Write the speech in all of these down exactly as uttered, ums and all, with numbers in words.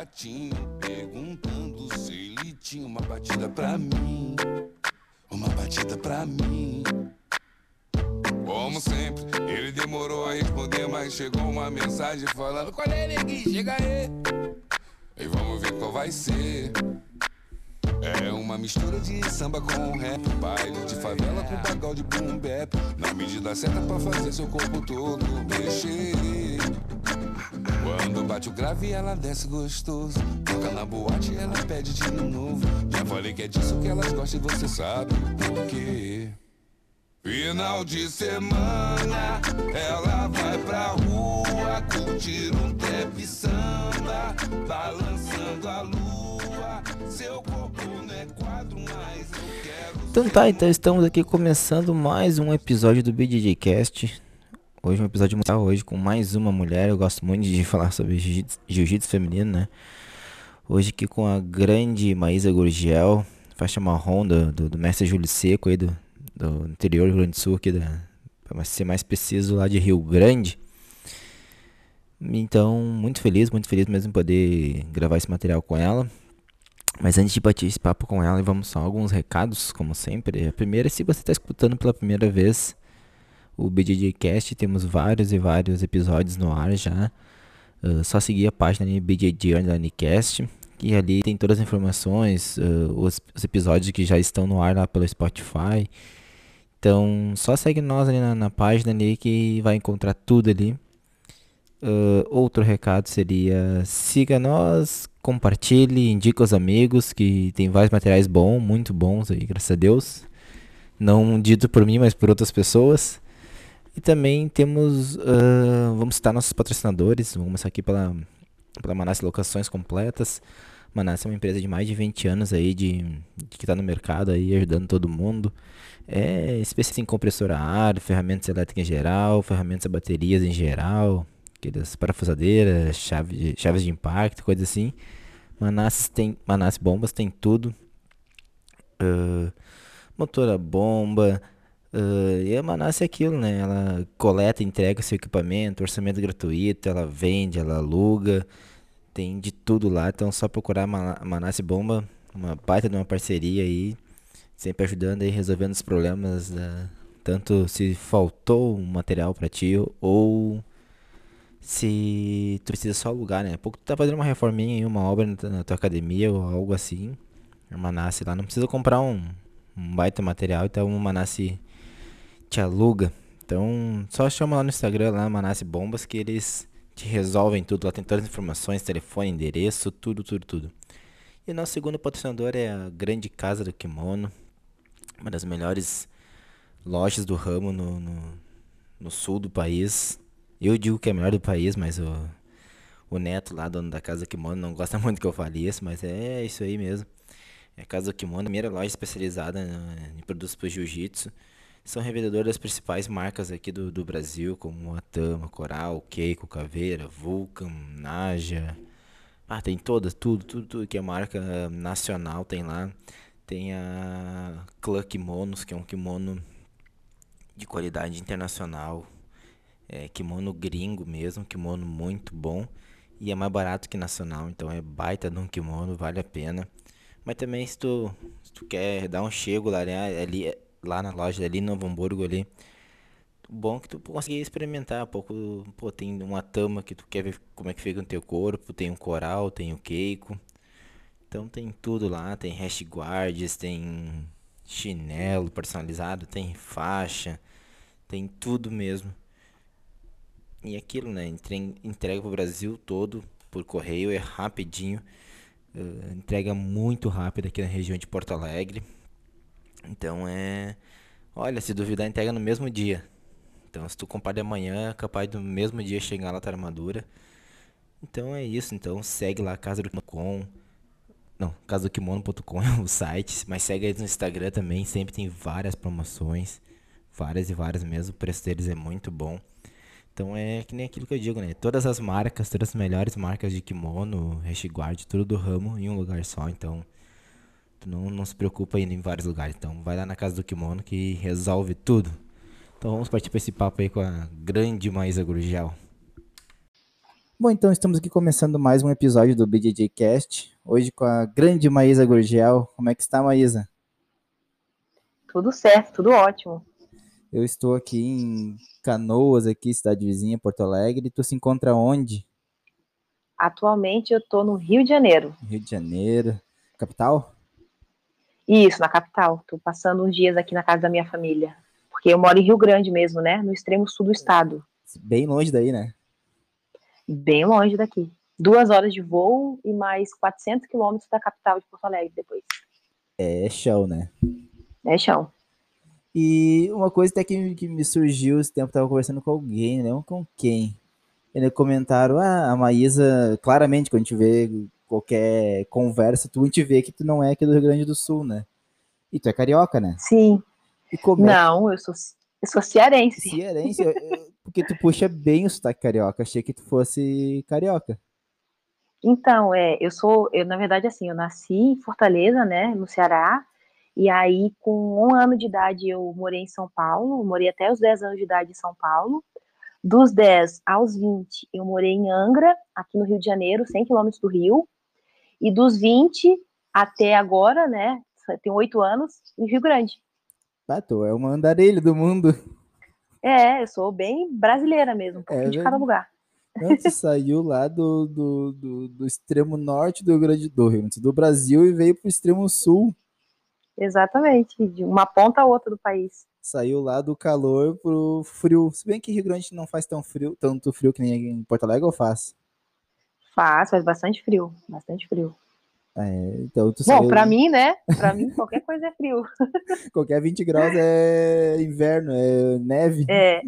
gatinho perguntando se ele tinha uma batida pra mim. Uma batida pra mim. Como sempre, ele demorou a responder, mas chegou uma mensagem falando: qual é, neguinho? Chega aí. E vamos ver qual vai ser. É uma mistura de samba com rap, baile de favela com pagode de boom bap, na medida certa pra fazer seu corpo todo mexer. Quando bate o grave ela desce gostoso, toca na boate ela pede de novo. Já falei que é disso que elas gostam e você sabe por quê. Final de semana, ela vai pra rua curtir um trap samba, balançando a lua. Seu corpo não é quadro, mas eu quero. Então tá, então estamos aqui começando mais um episódio do B J J Cast. Hoje é um episódio muito legal, hoje com mais uma mulher. Eu gosto muito de falar sobre jiu-jitsu, jiu-jitsu feminino, né? Hoje aqui com a grande Maísa Gurgel, faixa marrom do, do, do mestre Júlio Seco aí do, do interior do Rio Grande do Sul, aqui da, pra ser mais preciso, lá de Rio Grande. Então, muito feliz, muito feliz mesmo em poder gravar esse material com ela. Mas antes de bater esse papo com ela, vamos só alguns recados, como sempre. A primeira é, se você está escutando pela primeira vez o B J J Cast, temos vários e vários episódios no ar já. Uh, só seguir a página ali, B J J Underline Cast, e ali tem todas as informações, uh, os, os episódios que já estão no ar lá pelo Spotify. Então, só segue nós ali na, na página ali que vai encontrar tudo ali. Uh, outro recado seria: siga nós, compartilhe, indique aos amigos, que tem vários materiais bons, muito bons aí, graças a Deus. Não dito por mim, mas por outras pessoas. E também temos, uh, vamos citar nossos patrocinadores. Vamos começar aqui pela, pela Manassi Locações Completas. Manassi é uma empresa de mais de vinte anos aí, de, de que está no mercado aí, ajudando todo mundo. É especialista em compressor a ar, ferramentas elétricas em geral, ferramentas a baterias em geral, aquelas parafusadeiras, chave, chaves de impacto, coisa assim. Manassi tem, Manassi Bombas tem tudo. Uh, motor a bomba. Uh, e a Manassi é aquilo, né? Ela coleta e entrega seu equipamento, orçamento gratuito, ela vende, ela aluga, tem de tudo lá. Então, só procurar a Manassi Bomba, uma baita de uma parceria aí, sempre ajudando aí, resolvendo os problemas, da, tanto se faltou um material pra ti ou se tu precisa só alugar, né? Pouco tu tá fazendo uma reforminha aí, uma obra na, na tua academia ou algo assim, a Manassi lá não precisa comprar um, um baita material, então a Manassi te aluga. Então só chama lá no Instagram, lá Manassi Bombas, que eles te resolvem tudo. Lá tem todas as informações, telefone, endereço, tudo, tudo, tudo. E nosso segundo patrocinador é a Grande Casa do Kimono, uma das melhores lojas do ramo no, no, no sul do país. Eu digo que é a melhor do país, mas o, o Neto lá, dono da Casa do Kimono, não gosta muito que eu fale isso, mas é isso aí mesmo. É a Casa do Kimono, a primeira loja especializada em produtos para jiu-jitsu. São revendedores das principais marcas aqui do, do Brasil, como a Tama, Coral, Keiko, Caveira, Vulcan, Naja. Ah, tem todas, tudo, tudo, tudo que é marca nacional tem lá. Tem a Clã Kimonos, que é um kimono de qualidade internacional. É kimono gringo mesmo, kimono muito bom. E é mais barato que nacional, então é baita de um kimono, vale a pena. Mas também se tu, se tu quer dar um chego lá, né, ali... lá na loja ali no Novo Hamburgo ali, bom que tu conseguir experimentar um pouco. Pô, tem uma Tama que tu quer ver como é que fica no teu corpo, tem um Coral, tem o Keiko, então tem tudo lá, tem hash guards, tem chinelo personalizado, tem faixa, tem tudo mesmo. E aquilo, né, entre- entrega pro Brasil todo por correio, é rapidinho, uh, entrega muito rápido aqui na região de Porto Alegre. Então é... Olha, se duvidar, entrega no mesmo dia. Então se tu comprar de amanhã, é capaz do mesmo dia chegar lá tua armadura. Então é isso, então segue lá casa do kimono ponto com. Não, casa do kimono ponto com é o site. Mas segue eles no Instagram também, sempre tem várias promoções. Várias e várias mesmo, o preço deles é muito bom. Então é que nem aquilo que eu digo, né? Todas as marcas, todas as melhores marcas de kimono, hash guard, tudo do ramo em um lugar só. Então tu não, não se preocupa indo em vários lugares. Então vai lá na Casa do Kimono que resolve tudo. Então vamos partir para esse papo aí com a grande Maísa Gurgel. Bom, então estamos aqui começando mais um episódio do B J J Cast. Hoje com a grande Maísa Gurgel. Como é que está, Maísa? Tudo certo, tudo ótimo. Eu estou aqui em Canoas, aqui, cidade vizinha, Porto Alegre. E tu se encontra onde? Atualmente eu estou no Rio de Janeiro. Rio de Janeiro. Capital? Isso, na capital. Estou passando uns dias aqui na casa da minha família. Porque eu moro em Rio Grande mesmo, né? No extremo sul do estado. Bem longe daí, né? Bem longe daqui. Duas horas de voo e mais quatrocentos quilômetros da capital de Porto Alegre depois. É chão, né? É chão. E uma coisa até que, que me surgiu esse tempo, eu tava conversando com alguém, não lembro com quem. Eles comentaram, ah, a Maísa, claramente, quando a gente vê qualquer conversa, tu a gente vê que tu não é aqui do Rio Grande do Sul, né? E tu é carioca, né? Sim. E como é que... Não, eu sou, eu sou cearense. Cearense, eu- eu- porque tu puxa bem o sotaque carioca, achei que tu fosse carioca. Então, é, eu sou, eu na verdade assim, eu nasci em Fortaleza, né, no Ceará, e aí com um ano de idade eu morei em São Paulo, morei até os dez anos de idade em São Paulo. Dos dez aos vinte eu morei em Angra, aqui no Rio de Janeiro, cem quilômetros do Rio, e dos vinte até agora, né, tem oito anos, em Rio Grande. Ah, tu é uma andarilha do mundo. É, eu sou bem brasileira mesmo, um É, pouquinho de cada velho. lugar. Não, tu saiu lá do, do, do, do extremo norte do Rio Grande do Rio, do Brasil e veio pro extremo sul. Exatamente, de uma ponta a outra do país. Saiu lá do calor pro frio. Se bem que Rio Grande não faz tão frio, tanto frio que nem em Porto Alegre, ou faz? Faz, faz bastante frio, bastante frio. É, então tu Bom, pra saiu. mim, né? Pra mim, qualquer coisa é frio. Qualquer vinte graus é inverno, é neve. É.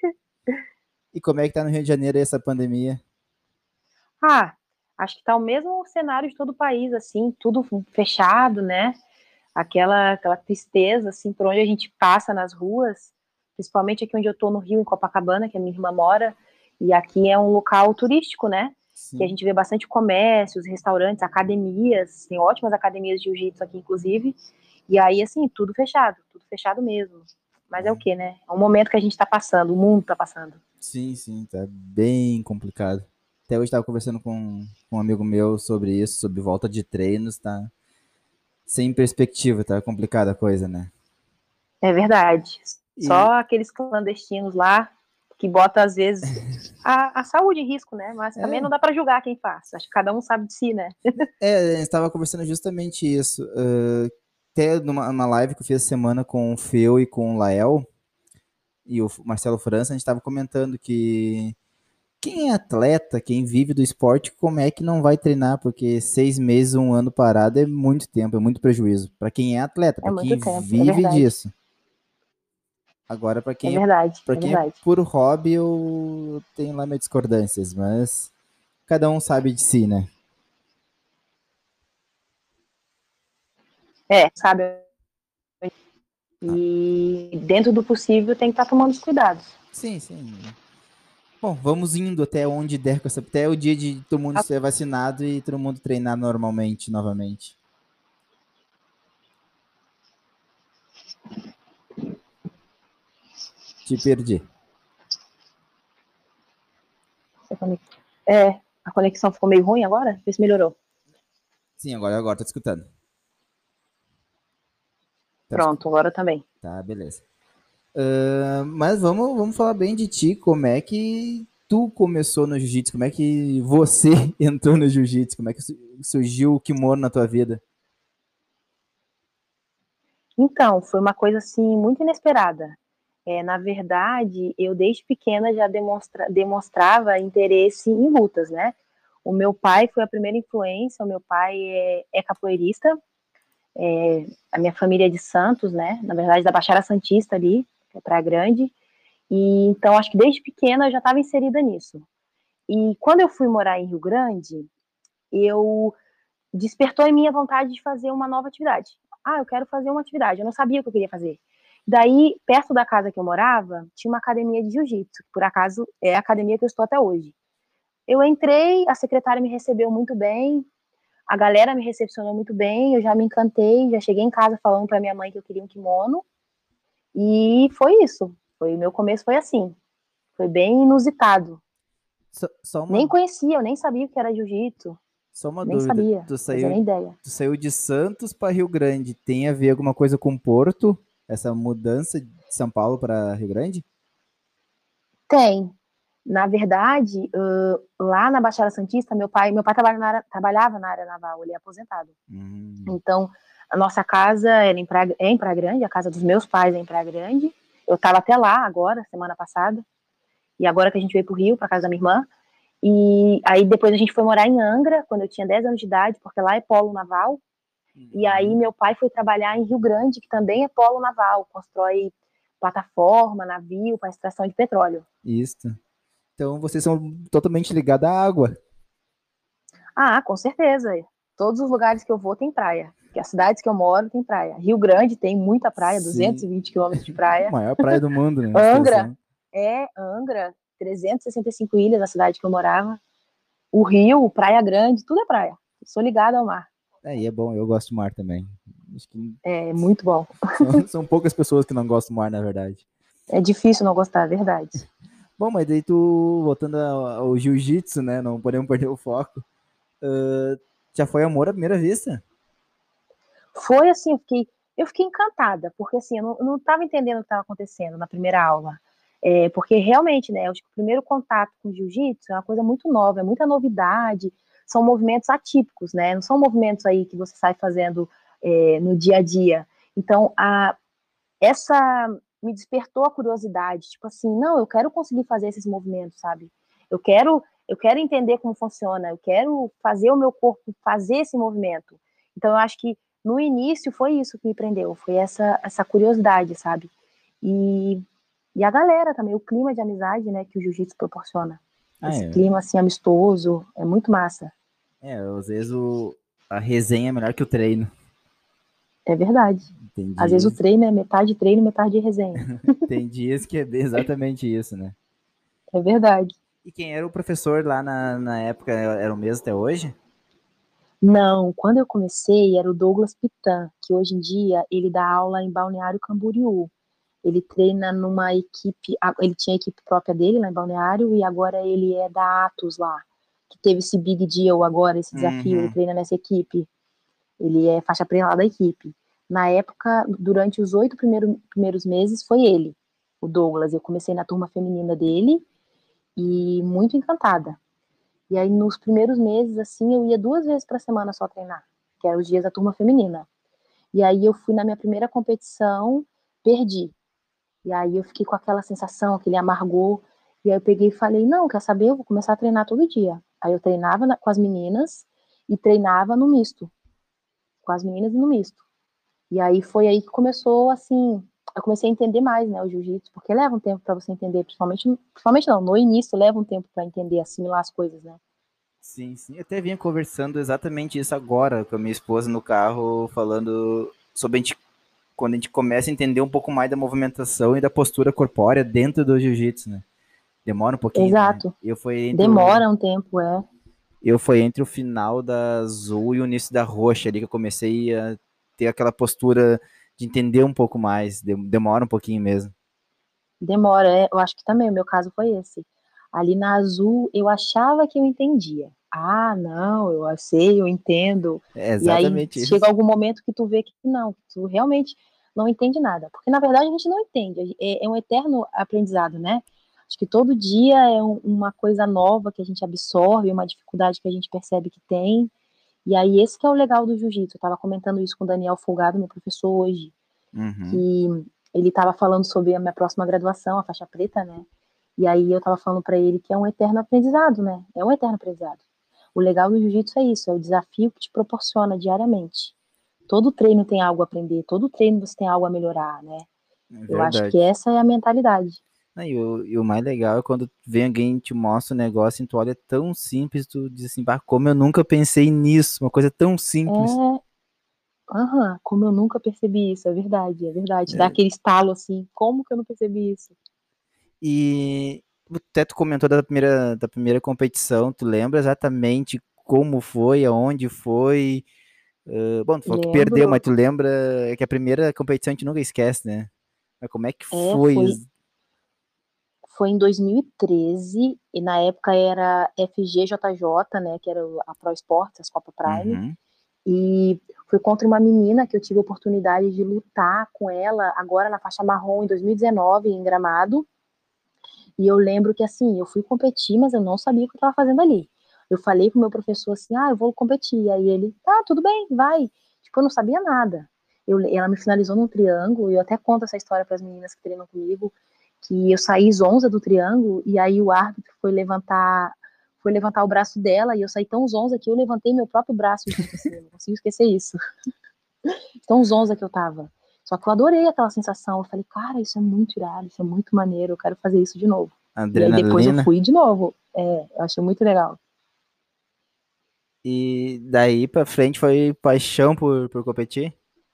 E como é que tá no Rio de Janeiro essa pandemia? Ah, acho que tá o mesmo cenário de todo o país, assim, tudo fechado, né? Aquela, aquela tristeza, assim, por onde a gente passa nas ruas, principalmente aqui onde eu tô no Rio, em Copacabana, que a minha irmã mora, e aqui é um local turístico, né? Que a Sim. gente vê bastante comércios, restaurantes, academias, tem ótimas academias de jiu-jitsu aqui, inclusive, e aí, assim, tudo fechado, tudo fechado mesmo. Mas é o quê, né? É um momento que a gente tá passando, o mundo tá passando. Sim, sim, tá bem complicado. Até hoje estava conversando com, com um amigo meu sobre isso, sobre volta de treinos, tá sem perspectiva, tá complicada a coisa, né? É verdade. E Só aqueles clandestinos lá que botam, às vezes, a, a saúde em risco, né? Mas também é, não dá para julgar quem faz. Acho que cada um sabe de si, né? é, a gente estava conversando justamente isso. Uh, até numa, numa live que eu fiz essa semana com o Feu e com o Lael e o Marcelo França, a gente estava comentando que quem é atleta, quem vive do esporte, como é que não vai treinar? Porque seis meses, um ano parado é muito tempo, é muito prejuízo. Para quem é atleta, É para quem muito tempo, é vive verdade. disso. Agora, para É quem é, verdade, para é quem é verdade. por hobby, eu tenho lá minhas discordâncias, mas cada um sabe de si, né? É, sabe? E dentro do possível tem que estar tomando os cuidados. Sim, sim. Bom, vamos indo até onde der, com essa, até o dia de todo mundo ser vacinado e todo mundo treinar normalmente, novamente. Te perdi. É, a conexão ficou meio ruim agora? Vê se melhorou. Sim, agora, agora tô te escutando. Tá, me escu- Pronto, agora também. tá, beleza. Ah, mas vamos, vamos falar bem de ti, como é que tu começou no jiu-jitsu, como é que você entrou no jiu-jitsu, como é que su- surgiu o kimono na tua vida? Então, foi uma coisa assim muito inesperada. É, na verdade, eu desde pequena já demonstra, demonstrava interesse em lutas, né? O meu pai foi a primeira influência, o meu pai é, é capoeirista, é, a minha família é de Santos, né? Na verdade, da Baixada Santista ali, que é Praia Grande. E então, acho que desde pequena eu já estava inserida nisso. E quando eu fui morar em Rio Grande, eu despertou em mim a vontade de fazer uma nova atividade. Ah, eu quero fazer uma atividade. Eu não sabia o que eu queria fazer. Daí, perto da casa que eu morava, tinha uma academia de jiu-jitsu, que por acaso é a academia que eu estou até hoje. Eu entrei, a secretária me recebeu muito bem, a galera me recepcionou muito bem, eu já me encantei, já cheguei em casa falando para minha mãe que eu queria um kimono, e foi isso. Foi, meu começo foi assim, foi bem inusitado. Só, só uma, Nem conhecia, eu nem sabia o que era jiu-jitsu. só uma Nem dúvida. sabia, Tu fazia nem saiu, ideia. tu saiu de Santos para Rio Grande. Tem a ver alguma coisa com Porto? Essa mudança de São Paulo para Rio Grande? Tem. Na verdade, uh, lá na Baixada Santista, meu pai, meu pai trabalha na área, trabalhava na área naval, ele é aposentado. Hum. Então, a nossa casa era em Praia, é em Praia Grande, a casa dos meus pais é em Praia Grande. Eu estava até lá agora, semana passada. E agora que a gente veio pro Rio, para casa da minha irmã. E aí depois a gente foi morar em Angra, quando eu tinha dez anos de idade, porque lá é polo naval. E aí Uhum. meu pai foi trabalhar em Rio Grande, que também é polo naval, constrói plataforma, navio para extração de petróleo. Isso. Então vocês são totalmente ligados à água. Ah, com certeza. Todos os lugares que eu vou tem praia. Que as cidades que eu moro tem praia. Rio Grande tem muita praia, duzentos e Sim. vinte quilômetros de A praia. maior praia do mundo, né? Angra Extensão. é Angra, trezentas e sessenta e cinco ilhas, a cidade que eu morava. O Rio, Praia Grande, tudo é praia. Sou ligada ao mar. Aí é bom, eu gosto do mar também. Acho que É muito bom. são, são poucas pessoas que não gostam do mar, na verdade. É difícil não gostar, é verdade. Bom, mas daí tu, voltando ao, ao jiu-jitsu, né? Não podemos perder o foco. Uh, já foi amor à primeira vista? Foi assim, eu fiquei, eu fiquei encantada, porque assim, eu não estava entendendo o que estava acontecendo na primeira aula. É, porque realmente, né, eu acho que o primeiro contato com o jiu-jitsu é uma coisa muito nova, é muita novidade, são movimentos atípicos, né? Não são movimentos aí que você sai fazendo é, no dia a dia. Então, a, essa me despertou a curiosidade, tipo assim, não, eu quero conseguir fazer esses movimentos, sabe? Eu quero, eu quero entender como funciona, eu quero fazer o meu corpo fazer esse movimento. Então eu acho que no início foi isso que me prendeu, foi essa essa curiosidade, sabe? E e a galera também, o clima de amizade, né, que o jiu-jitsu proporciona. Ah, Esse é. clima assim amistoso, é muito massa. É, às vezes o, a resenha é melhor que o treino. É verdade. Tem Às vezes o dias, treino é metade treino, metade resenha. tem dias que é bem exatamente isso, né? É verdade. E quem era o professor lá na, na época era o mesmo até hoje? Não, quando eu comecei era o Douglas Pitan, que hoje em dia ele dá aula em Balneário Camboriú. Ele treina numa equipe, ele tinha a equipe própria dele lá em Balneário e agora ele é da Atos lá, que teve esse Big Deal agora, esse desafio, ele Uhum. treina nessa equipe. Ele é faixa preta lá da equipe. Na época, durante os oito primeiro, primeiros meses, foi ele, o Douglas. Eu comecei na turma feminina dele e muito encantada. E aí, nos primeiros meses, assim, eu ia duas vezes para semana só treinar, que eram os dias da turma feminina. E aí, eu fui na minha primeira competição, perdi. E aí, eu fiquei com aquela sensação, aquele amargor. E aí, eu peguei e falei: não, quer saber? Eu vou começar a treinar todo dia. Aí, eu treinava na, com as meninas e treinava no misto, com as meninas e no misto. E aí, foi aí que começou, assim, eu comecei a entender mais, né, o jiu-jitsu, porque leva um tempo para você entender, principalmente, principalmente não, no início leva um tempo para entender, assimilar as coisas, né? Sim, sim. Eu até vinha conversando exatamente isso agora com a minha esposa no carro, falando sobre a gente, quando a gente começa a entender um pouco mais da movimentação e da postura corpórea dentro do jiu-jitsu, né? Demora um pouquinho, né? Exato. Eu foi entre o, Demora um tempo, é. eu foi entre o final da azul e o início da roxa ali que eu comecei a ter aquela postura de entender um pouco mais. Demora um pouquinho mesmo. Demora, é. Eu acho que também o meu caso foi esse. Ali na Azul, eu achava que eu entendia. Ah, não, eu sei, eu entendo. É E aí exatamente chega isso. algum momento que tu vê que não, que tu realmente não entende nada. Porque na verdade a gente não entende. É, é um eterno aprendizado, né? Acho que todo dia é um- uma coisa nova que a gente absorve, uma dificuldade que a gente percebe que tem. E aí esse que é o legal do jiu-jitsu. Eu estava comentando isso com o Daniel Folgado, meu professor hoje, Uhum. que ele estava falando sobre a minha próxima graduação, a faixa preta, né? E aí eu estava falando para ele que é um eterno aprendizado, né? É um eterno aprendizado. O legal do jiu-jitsu é isso, é o desafio que te proporciona diariamente. Todo treino tem algo a aprender, todo treino você tem algo a melhorar, né? É Eu acho que verdade. essa é a mentalidade. Ah, E o, e o mais legal é quando vem alguém e te mostra um negócio e tu olha tão simples, tu diz assim, bah, como eu nunca pensei nisso, uma coisa tão simples. É, aham, como eu nunca percebi isso, é verdade, é verdade. Dá É, aquele estalo assim, como que eu não percebi isso? e até tu comentou da primeira, da primeira competição, tu lembra exatamente como foi, aonde foi? Ah, bom, tu falou que perdeu, mas Lembro, tu lembra que a primeira competição a gente nunca esquece, né? Mas como é que é, foi? foi Foi em dois mil e treze, e na época era F G J J, né, que era a Pro Esportes, as Copa Prime, Uhum. e fui contra uma menina que eu tive a oportunidade de lutar com ela agora na faixa marrom em dois mil e dezenove, em Gramado, e eu lembro que, assim, eu fui competir, mas eu não sabia o que eu estava fazendo ali. Eu falei pro meu professor assim, ah, eu vou competir, aí ele, tá, tudo bem, vai. Tipo, eu não sabia nada. Eu, ela me finalizou num triângulo, e eu até conto essa história para as meninas que treinam comigo, que eu saí zonza do triângulo, e aí o árbitro foi levantar foi levantar o braço dela, e eu saí tão zonza que eu levantei meu próprio braço junto, assim, eu não consigo esquecer isso. Tão zonza que eu tava. Só que eu adorei aquela sensação, eu falei, cara, isso é muito irado, isso é muito maneiro, eu quero fazer isso de novo. E aí depois eu Adrenalina. fui de novo, é, eu achei muito legal. E daí pra frente foi paixão por, por competir?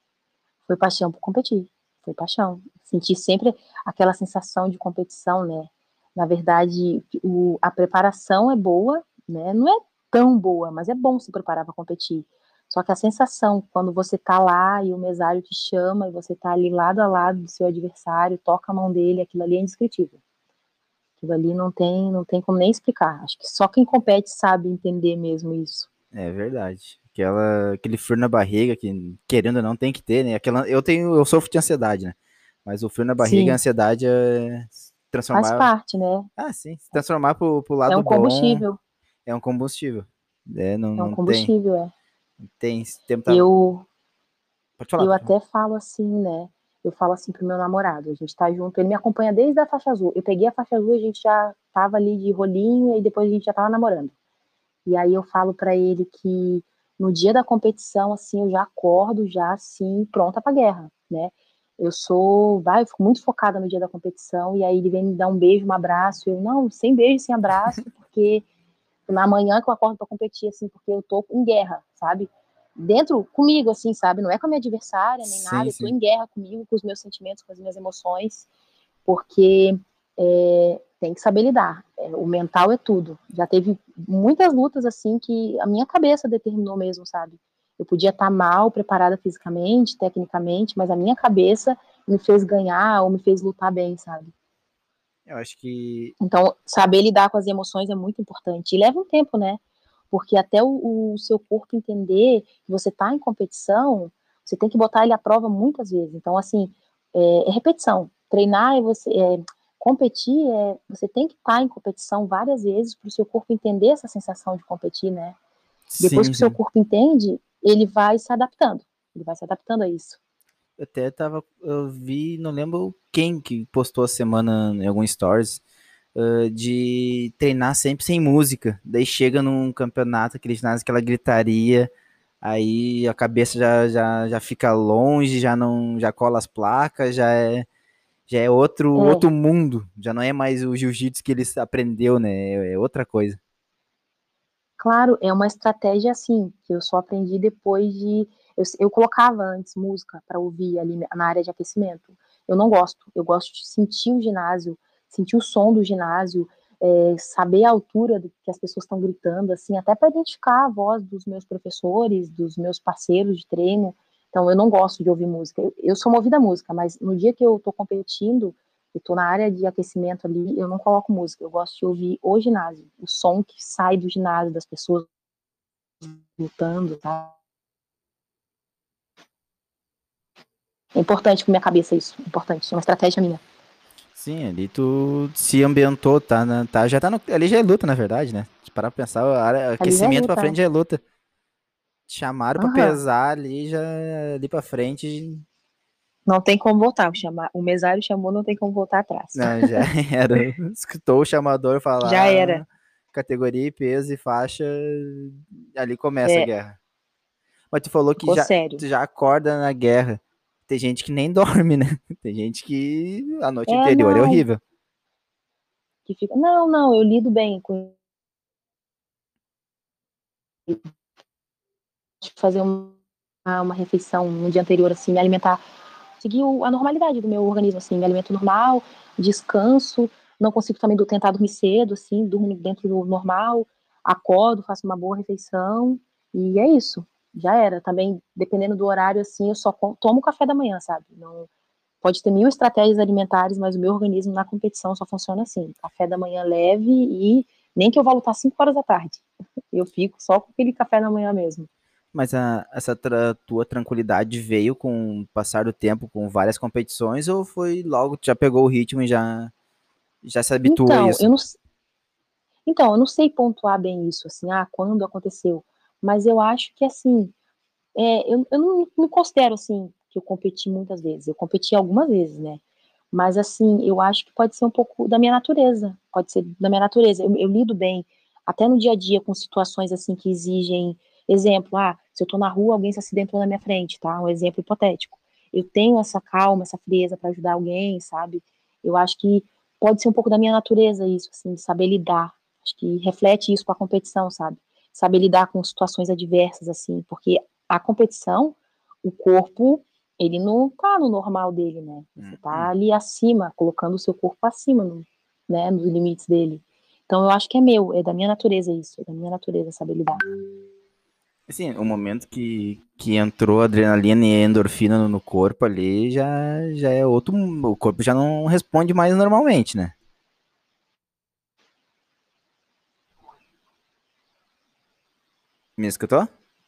Foi paixão por competir, foi paixão. Senti sempre aquela sensação de competição, né? Na verdade, o, a preparação é boa, né? Não é tão boa, mas é bom se preparar para competir. Só que a sensação, quando você tá lá e o mesário te chama e você tá ali lado a lado do seu adversário, toca a mão dele, aquilo ali é indescritível. Aquilo ali não tem, não tem como nem explicar. Acho que só quem compete sabe entender mesmo isso. É verdade. Aquela, aquele frio na barriga que, querendo ou não, tem que ter, né? Aquela, eu tenho, eu sofro de ansiedade, né? Mas o frio na barriga, a Sim, ansiedade é se faz transformar. parte, né? Ah, sim. Se transformar pro, pro É lado um bom combustível. é um combustível. É, não, É um não tem. combustível, é. Tem. Esse tempo tava. Eu, Pode falar, eu pode falar. até falo assim, né? Eu falo assim pro meu namorado, a gente tá junto, ele me acompanha desde a faixa azul. Eu peguei a faixa azul, a gente já tava ali de rolinho e depois a gente já tava namorando. E aí eu falo pra ele que no dia da competição, assim, eu já acordo já assim, pronta pra guerra, né? Eu sou, vai, eu fico muito focada no dia da competição e aí ele vem me dar um beijo, um abraço. Eu não, sem beijo, sem abraço, porque na manhã que eu acordo para competir, assim, porque eu tô em guerra, sabe? Dentro, comigo, assim, sabe? Não é com a minha adversária, nem nada, Sim, eu tô sim. em guerra comigo, com os meus sentimentos, com as minhas emoções, porque é, tem que saber lidar. É, o mental é tudo. Já teve muitas lutas, assim, que a minha cabeça determinou mesmo, sabe? Eu podia estar mal preparada fisicamente, tecnicamente, mas a minha cabeça me fez ganhar ou me fez lutar bem, sabe? Eu acho que. Então, saber lidar com as emoções é muito importante. E leva um tempo, né? Porque até o, o seu corpo entender que você está em competição, você tem que botar ele à prova muitas vezes. Então, assim, é, é repetição. Treinar é você. É, competir é. Você tem que estar tá em competição várias vezes para o seu corpo entender essa sensação de competir, né? Depois Sim, que o seu sim. corpo entende, ele vai se adaptando. Ele vai se adaptando a isso. Eu até tava. Eu vi, não lembro quem que postou a semana em algum stories. Uh, de treinar sempre sem música. Daí chega num campeonato, aquele ginásio, aquela gritaria, aí a cabeça já, já, já fica longe, já não já cola as placas, já é, já é outro, É, outro mundo. Já não é mais o jiu-jitsu que ele aprendeu, né? É, é outra coisa. claro, é uma estratégia assim, que eu só aprendi depois de. Eu, eu colocava antes música para ouvir ali na área de aquecimento. Eu não gosto, eu gosto de sentir o ginásio, sentir o som do ginásio, é, saber a altura do que as pessoas estão gritando, assim, até para identificar a voz dos meus professores, dos meus parceiros de treino. Então, eu não gosto de ouvir música. Eu, eu sou movida a música, mas no dia que eu estou competindo, eu tô na área de aquecimento ali, eu não coloco música, eu gosto de ouvir o ginásio, o som que sai do ginásio, das pessoas lutando, tá? É importante pra minha cabeça isso, é importante, é uma estratégia minha. Sim, ali tu se ambientou, tá, na, tá já tá no, ali já é luta, na verdade, né? Se parar pra pensar, a área, Ali já é aquecimento pra luta. frente já é luta. Te chamaram pra Uhum. pesar ali, já ali pra frente. Não tem como voltar, o, chama... o mesário chamou, não tem como voltar atrás. Não, já era. Escutou o chamador Já era, falar categoria, peso e faixa, ali começa a é, guerra. Mas tu falou que ficou já, sério. tu já acorda na guerra. Tem gente que nem dorme, né? Tem gente que a noite É, anterior é não, horrível. que fica, não, não, eu lido bem com fazer uma, uma refeição no dia anterior, assim, me alimentar, seguir a normalidade do meu organismo, assim, me alimento normal, descanso, não consigo também do, tentar dormir cedo, assim, durmo dentro do normal, acordo, faço uma boa refeição, e é isso, já era. Também, dependendo do horário, assim, eu só tomo café da manhã, sabe? Não, pode ter mil estratégias alimentares, mas o meu organismo na competição só funciona assim, café da manhã leve e nem que eu vá lutar cinco horas da tarde. Eu fico só com aquele café da manhã mesmo. Mas a, essa tra, tua tranquilidade veio com o passar do tempo, com várias competições, ou foi logo que já pegou o ritmo e já, já se habituou a Então, isso? eu não, então, eu não sei pontuar bem isso, assim, ah, quando aconteceu, mas eu acho que, assim, é, eu, eu não me considero, assim, que eu competi muitas vezes, eu competi algumas vezes, né, mas, assim, eu acho que pode ser um pouco da minha natureza, pode ser da minha natureza, eu, eu lido bem, até no dia a dia, com situações, assim, que exigem, exemplo, ah, se eu tô na rua, alguém se acidentou na minha frente, tá, um exemplo hipotético, eu tenho essa calma, essa frieza para ajudar alguém, sabe, eu acho que pode ser um pouco da minha natureza isso, assim, de saber lidar. Acho que reflete isso para a competição, sabe? Saber lidar com situações adversas, assim, porque a competição, o corpo, ele não tá no normal dele, né? Você Hum, tá hum. ali acima, colocando o seu corpo acima, no, né, nos limites dele. Então eu acho que é meu, é da minha natureza isso, é da minha natureza saber lidar. Assim, o momento que, que entrou adrenalina e endorfina no, no corpo ali já, já é outro. O corpo já não responde mais normalmente, né? Me escutou?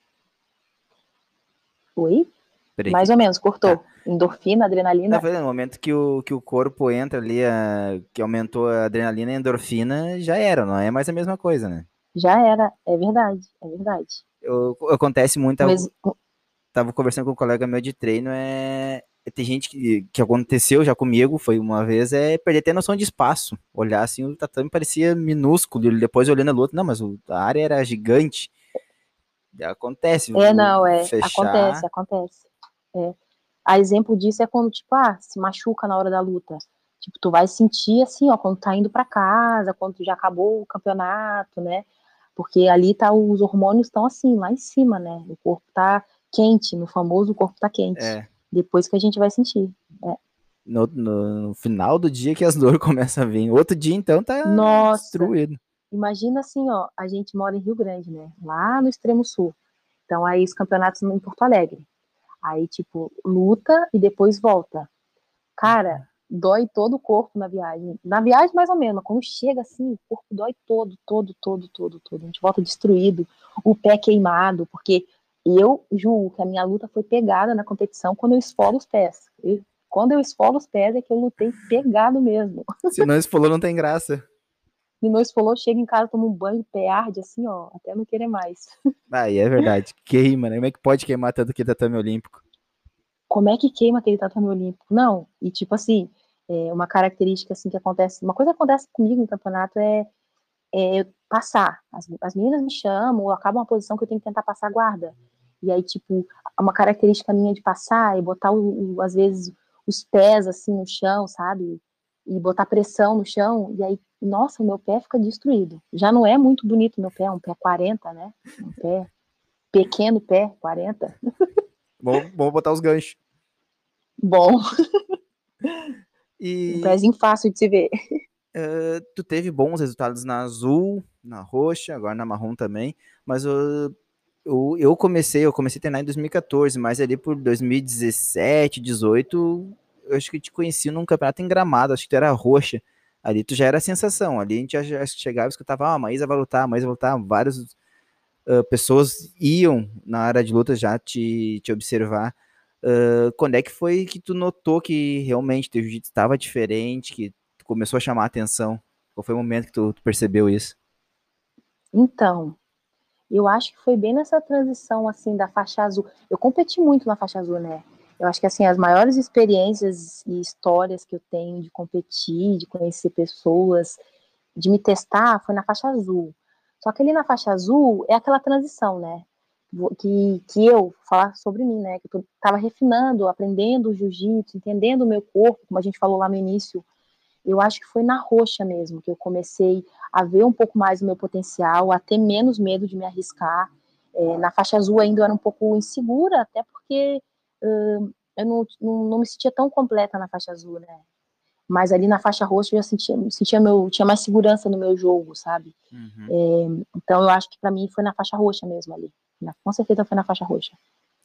Oi? Peraí Mais que. ou menos, Tá. cortou. Endorfina, Tá adrenalina, falando, no momento que o, que o corpo entra ali, a, que aumentou a adrenalina e a endorfina, já era, não é mais a mesma coisa, né? já era, é verdade, é verdade. Eu, acontece muito, Mas, tava conversando com um colega meu de treino, é. Tem gente que, que aconteceu já comigo, foi uma vez, é perder até noção de espaço. Olhar assim, o tatame parecia minúsculo, e depois olhando a luta, não, mas o, a área era gigante. Acontece, é, o, não, é, acontece, fechar. acontece. É. A exemplo disso é quando, tipo, ah, se machuca na hora da luta. Tipo, tu vai sentir assim, ó, quando tá indo pra casa, quando já acabou o campeonato, né? Porque ali tá, os hormônios estão assim, lá em cima, né? O corpo tá quente, no famoso o corpo tá quente. É, Depois que a gente vai sentir. É. no, no, no final do dia que as dores começam a vir. Outro dia, então, tá Nossa, destruído. imagina assim, ó, a gente mora em Rio Grande, né? Lá no extremo sul. Então aí os campeonatos são em Porto Alegre. Aí, tipo, luta e depois volta. Cara, dói todo o corpo na viagem. Na viagem, mais ou menos, mas quando chega assim, o corpo dói todo, todo, todo, todo, todo. A gente volta destruído, o pé queimado, porque eu julgo que a minha luta foi pegada na competição quando eu esfolo os pés. Eu- quando eu esfolo os pés é que eu lutei pegado mesmo. Se não esfolou, não tem graça. E não esfolou, chega em casa, toma um banho, o pé arde assim, ó, até não querer mais. Aí é verdade. Queima, né? Como é que pode queimar tanto que tatame olímpico? Como é que queima aquele tatame olímpico? Não, e tipo assim, é uma característica assim que acontece, uma coisa que acontece comigo no campeonato é é, eu passar. As, as meninas me chamam, ou acaba uma posição que eu tenho que tentar passar a guarda. E aí, tipo, uma característica minha de passar e botar, o, o, às vezes, os pés assim no chão, sabe? E botar pressão no chão. E aí, nossa, o meu pé fica destruído. Já não é muito bonito o meu pé, um pé quarenta, né? Um pé pequeno pé, quarenta. Vamos, vamos botar os ganchos. Bom, um E pezinho fácil de se ver. uh, tu teve bons resultados na azul, na roxa, agora na marrom também, mas uh, eu, eu comecei, eu comecei a treinar em dois mil e quatorze, mas ali por dois mil e dezessete, dezoito, eu acho que eu te conheci num campeonato em Gramado, acho que tu era roxa. Ali tu já era a sensação, ali a gente já, já chegava e escutava, ah, a Maísa vai lutar, a Maísa vai lutar, várias uh, pessoas iam na área de luta já te, te observar. Uh, quando é que foi que tu notou que realmente teu jiu-jitsu estava diferente, que tu começou a chamar a atenção? Qual foi o momento que tu, tu percebeu isso? Então, eu acho que foi bem nessa transição, assim, da faixa azul. Eu competi muito na faixa azul, né? Eu acho que, assim, as maiores experiências e histórias que eu tenho de competir, de conhecer pessoas, de me testar, foi na faixa azul. Só que ali na faixa azul é aquela transição, né? Que, que eu, falar sobre mim, né? Que eu tava refinando, aprendendo o jiu-jitsu, entendendo o meu corpo, como a gente falou lá no início. Eu acho que foi na roxa mesmo que eu comecei a ver um pouco mais o meu potencial, a ter menos medo de me arriscar. É, na faixa azul ainda eu era um pouco insegura, até porque uh, eu não, não, não, me sentia tão completa na faixa azul, né? Mas ali na faixa roxa eu já sentia, sentia meu, tinha mais segurança no meu jogo, sabe? Uhum. É, então eu acho que para mim foi na faixa roxa mesmo ali. Na, com certeza foi na faixa roxa.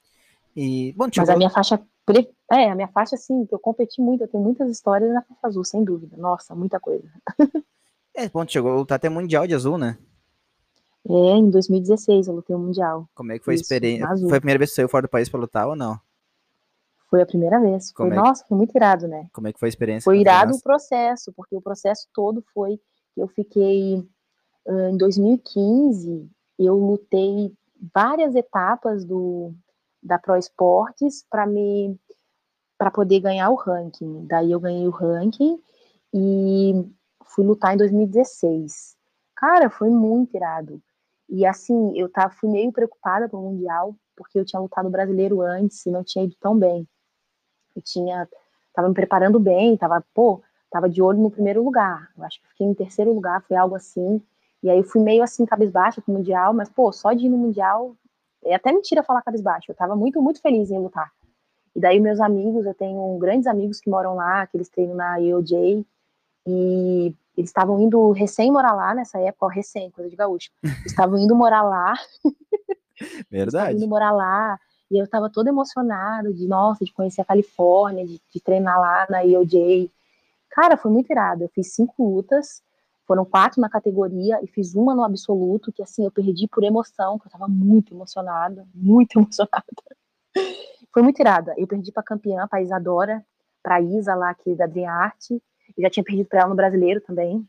E, bom, Mas a chegou. minha faixa, pre- é, a minha faixa, assim, que eu competi muito, eu tenho muitas histórias na faixa azul, sem dúvida. Nossa, muita coisa. É, bom, chegou a lutar até Mundial de Azul, né? É, em dois mil e dezesseis eu lutei o Mundial. Como é que foi a Isso, experiência? na Foi a azul. primeira vez que você saiu fora do país pra lutar ou não? Foi a primeira vez. Foi, Como é, que- nossa, foi muito irado, né? como é que foi a experiência? Foi Conta pra irado o nós. processo, porque o processo todo foi que eu fiquei, ah, em dois mil e quinze, eu lutei várias etapas do da Pro Esportes para me para poder ganhar o ranking. Daí eu ganhei o ranking e fui lutar em dois mil e dezesseis. Cara, foi muito irado. E assim, eu tava, fui meio preocupada com o Mundial, porque eu tinha lutado no brasileiro antes e não tinha ido tão bem. Eu tinha, tava me preparando bem, tava, pô, tava de olho no primeiro lugar. Eu acho que fiquei em terceiro lugar, foi algo assim. E aí eu fui meio assim, cabisbaixa com o Mundial, mas, pô, só de ir no Mundial, é até mentira falar cabisbaixa. Eu tava muito, muito feliz em lutar. E daí meus amigos, eu tenho grandes amigos que moram lá, que eles treinam na E O J, e eles estavam indo recém morar lá nessa época, ó, recém, coisa de gaúcho. Estavam indo morar lá, eles estavam indo Verdade. morar lá, e eu estava toda emocionada de, nossa, de conhecer a Califórnia, de, de treinar lá na E O J. Cara, foi muito irado. Eu fiz cinco lutas, foram quatro na categoria e fiz uma no absoluto, que assim, eu perdi por emoção, que eu tava muito emocionada, muito emocionada. Foi muito irada. Eu perdi pra campeã, pra Isadora, pra Isa lá, que é da Dream Art. Eu já tinha perdido pra ela no brasileiro também.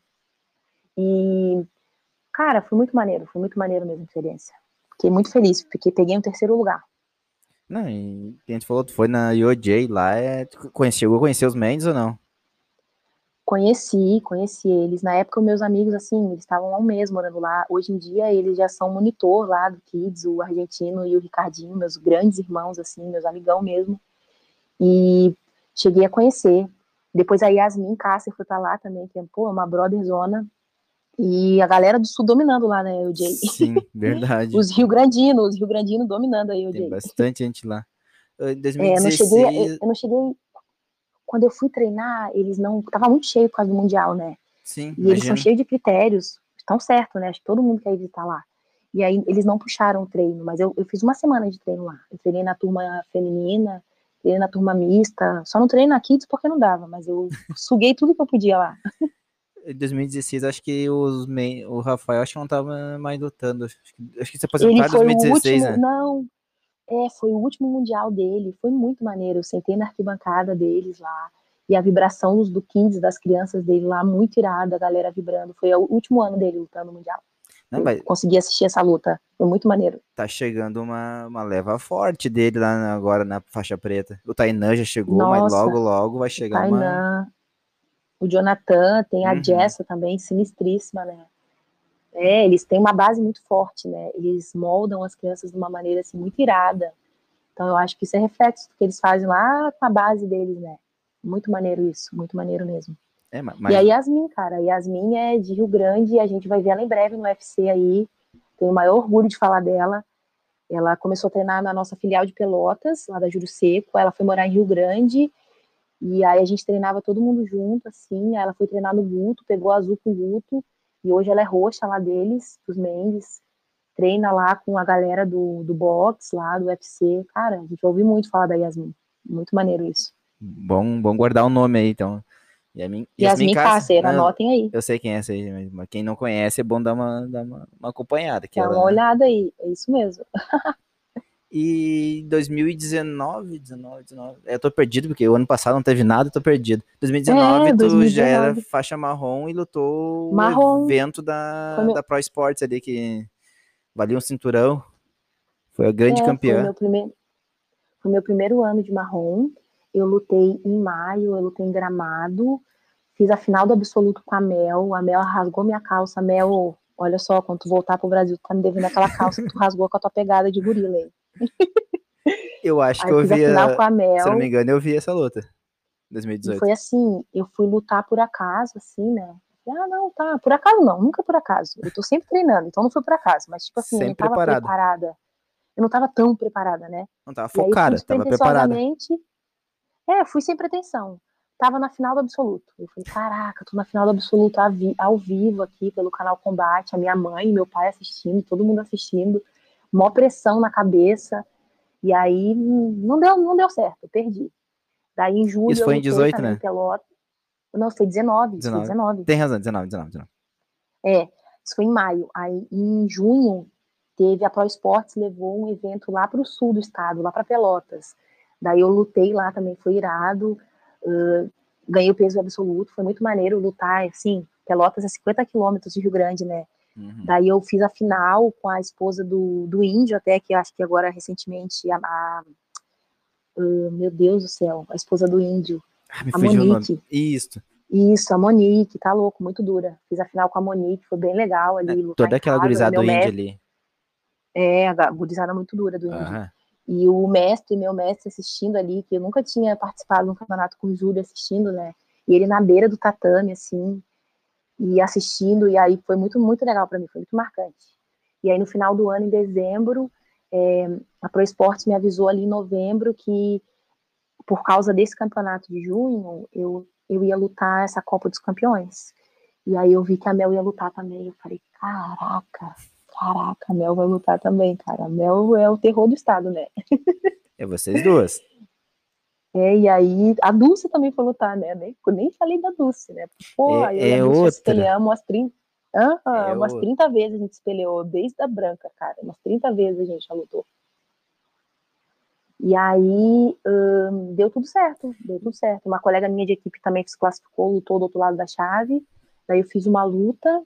E, cara, foi muito maneiro, foi muito maneiro mesmo a experiência. Fiquei muito feliz, porque peguei um terceiro lugar. Não, e a gente falou, tu foi na U J lá, é, tu conheceu, conheceu os Mendes ou não? Conheci, conheci eles. Na época, meus amigos, assim, eles estavam há um mês morando lá. Hoje em dia, eles já são monitor lá do Kids, o argentino e o Ricardinho, meus grandes irmãos, assim, meus amigão mesmo. E cheguei a conhecer. Depois a Yasmin Cássia foi pra lá também, que é, pô, uma brotherzona. E a galera do Sul dominando lá, né, o Jay. Sim, verdade. Os Rio Grandinos, os Rio Grandinos dominando aí o Tem Jay. bastante gente lá. Em É, eu não cheguei, dois mil e dezesseis, eu não cheguei, quando eu fui treinar, eles não, tava muito cheio por causa do Mundial, né? sim, E eles são imagino. cheios de critérios, estão certo, né? Acho que todo mundo quer visitar lá. E aí eles não puxaram o treino, mas eu, eu fiz uma semana de treino lá. Eu treinei na turma feminina, treinei na turma mista, só não treinei na Kids porque não dava, mas eu suguei tudo que eu podia lá. Em dois mil e dezesseis, acho que os main, o Rafael acho que não tava mais lutando. Acho que, acho que se Ele aposentaram em foi o dois mil e dezesseis, último, né? não, é, foi o último mundial dele, foi muito maneiro. Eu sentei na arquibancada deles lá, e a vibração dos do Kids, das crianças dele lá, muito irada, a galera vibrando. Foi o último ano dele lutando no mundial. Não, Eu mas consegui assistir essa luta, foi muito maneiro. tá chegando uma, uma leva forte dele lá na- agora na faixa preta. O Tainan já chegou, mas logo, Nossa, logo vai o chegar uma. Tainan, o Jonathan, tem a Uhum. Jessa também, sinistríssima, né? É, eles têm uma base muito forte, né? Eles moldam as crianças de uma maneira assim muito irada. Então eu acho que isso é reflexo do que eles fazem lá com a base deles, né? Muito maneiro isso, muito maneiro mesmo. É, ma- E mas a Yasmin, cara, a Yasmin é de Rio Grande e a gente vai ver ela em breve no U F C aí. Tenho o maior orgulho de falar dela. Ela começou a treinar na nossa filial de Pelotas, lá da Juro Seco. Ela foi morar em Rio Grande e aí a gente treinava todo mundo junto, assim. Aí ela foi treinar no Guto, pegou azul com o Guto e hoje ela é roxa lá deles, dos Mendes. Treina lá com a galera do, do box, lá do U F C. Cara, a gente ouve muito falar da Yasmin. Muito maneiro isso. bom, bom guardar o nome aí, então. Yasmin, Yasmin Yasmin Cássia? Cácer, Não, anotem aí. eu sei quem é essa aí, mas mas quem não conhece é bom dar uma, dar uma, uma acompanhada, que Dá uma ela. olhada aí. É isso mesmo. E dois mil e dezenove, dezenove, dezenove. É, eu tô perdido, porque o ano passado não teve nada, eu tô perdido. dois mil e dezenove, É, tu já era dois mil e dezenove. faixa marrom e lutou o Marrom. evento Foi da, meu, da Pro Sports ali, que valia um cinturão. Foi a grande é, foi campeã. meu primeiro, foi meu primeiro ano de marrom. Eu lutei em maio, eu lutei em Gramado. Fiz a final do absoluto com a Mel. A Mel rasgou minha calça. Mel, olha só, quando tu voltar pro Brasil, tu tá me devendo aquela calça que tu rasgou com a tua pegada de gorila aí. Eu acho que Aí eu eu fiz a vi, final com a- a se eu não me Mel. engano, eu vi essa luta, E dois mil e dezoito. foi assim, eu fui lutar por acaso, assim, né? Ah, não, tá, por acaso não, nunca por acaso. Eu tô sempre treinando, então não foi por acaso. Mas, tipo assim, eu não Sempre tava preparada. preparada. Eu não tava tão preparada, né? Não tava E aí fui focada, tava preparada. despretensiosamente. É, fui sem pretensão. Tava na final do absoluto. Eu falei, caraca, tô na final do absoluto ao vivo aqui pelo canal Combate. A minha mãe, meu pai assistindo, todo mundo assistindo. Mó pressão na cabeça. E aí não deu, não deu certo, eu perdi. Daí em julho Isso eu foi em lutei dezoito, também em né? Pelotas. Não, foi dezenove, isso foi dezenove. dezenove. Tem razão, dezenove, dezenove, dezenove. É, isso foi em maio. Aí em junho teve a Pro Esportes, levou um evento lá para o sul do estado, lá para Pelotas. Daí eu lutei lá também, foi irado. Uh, ganhei o peso absoluto, foi muito maneiro lutar, assim, Pelotas é cinquenta quilômetros de Rio Grande, né? Uhum. Daí eu fiz a final com a esposa do, do Índio, até que eu acho que agora recentemente, a, a uh, meu Deus do céu, a esposa do Índio, Ah, me a fugiu o nome. Monique. Isso. Isso, a Monique, tá louco, muito dura. Fiz a final com a Monique, foi bem legal É, ali, lutar toda em aquela casa. gurizada do Meu indie mestre, ali. é, a gurizada muito dura do Índio. Aham. E o mestre, meu mestre assistindo ali, que eu nunca tinha participado de um campeonato com o Júlio assistindo, né? E ele na beira do tatame, assim, e assistindo, e aí foi muito, muito legal para mim, foi muito marcante. E aí no final do ano, em dezembro, é, a Pro Esportes me avisou ali em novembro que, por causa desse campeonato de junho, eu, eu ia lutar essa Copa dos Campeões. E aí eu vi que a Mel ia lutar também, eu falei, caraca, caraca, a Mel vai lutar também, cara. A Mel é o terror do estado, né? É vocês duas. É, e aí a Dulce também foi lutar, né? Nem, nem falei da Dulce, né? Porra, eu É, e a é Dulce já se outra. espelhamos umas trinta, ah, É umas outra. trinta vezes a gente espelhou, desde a branca, cara. Umas trinta vezes a gente já lutou. E aí hum, deu tudo certo, deu tudo certo. Uma colega minha de equipe também se classificou, lutou do outro lado da chave. Daí eu fiz uma luta,